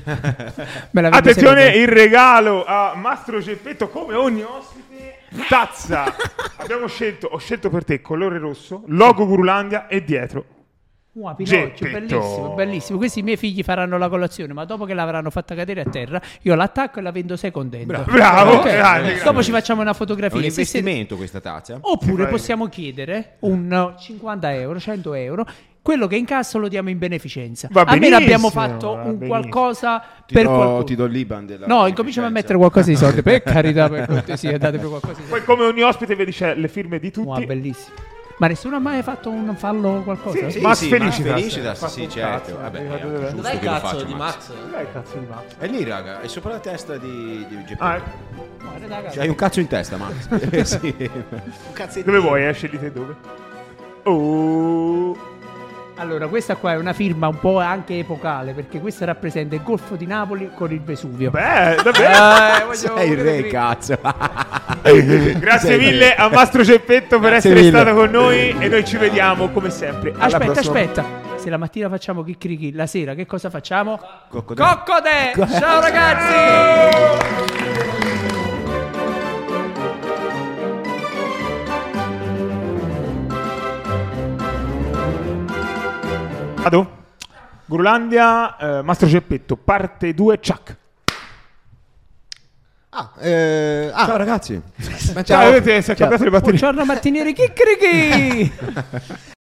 Attenzione, il regalo a Mastro Geppetto, come ogni ospite. Tazza. Ho scelto per te colore rosso, logo Gurulandia e dietro Pinocchio, bellissimo. Questi miei figli faranno la colazione, ma dopo che l'avranno fatta cadere a terra io l'attacco e la vendo 6 contento. Bravo. Okay. Dopo ci facciamo una fotografia. È un investimento questa tazza. Oppure possiamo chiedere un 50 euro, 100 euro. Quello che incasso lo diamo in beneficenza. Almeno abbiamo fatto qualcosa per qualcuno. Ti do l'Iban della. No, incominciamo a mettere qualcosa di soldi. Per carità, per cortesia, datemi qualcosa di soldi. Poi come ogni ospite vedi c'è le firme di tutti. Bellissimo. Ma nessuno ha mai fatto un fallo qualcosa? Sì, Max Felicitas, Fatto sì, un certo. cazzo, Vabbè, fatto è vedere. giusto Dov'è il che lo cazzo faccia di Max? Dov'è il cazzo di Max? È lì, raga, è sopra la testa di Geppetto. Ah, C'hai un cazzo in testa, Max. Sì. Un cazzettino. dove vuoi? Scegli te dove. Oh. Allora, questa qua è una firma un po' anche epocale, perché questa rappresenta il Golfo di Napoli con il Vesuvio. Beh, davvero. Sei il re, cazzo. Grazie Sei mille a Mastro Geppetto per Grazie essere mille. stato con noi e noi ci vediamo come sempre. Alla prossima. Aspetta. Se la mattina facciamo chicchirichi, la sera che cosa facciamo? Coccodè. Coccodè! Ciao ragazzi! Vado? Gurulandia, Mastro Geppetto, parte 2, ciak. Ciao ragazzi. Ciao, avete cambiato le batterie. Buongiorno mattinieri chicchirichi!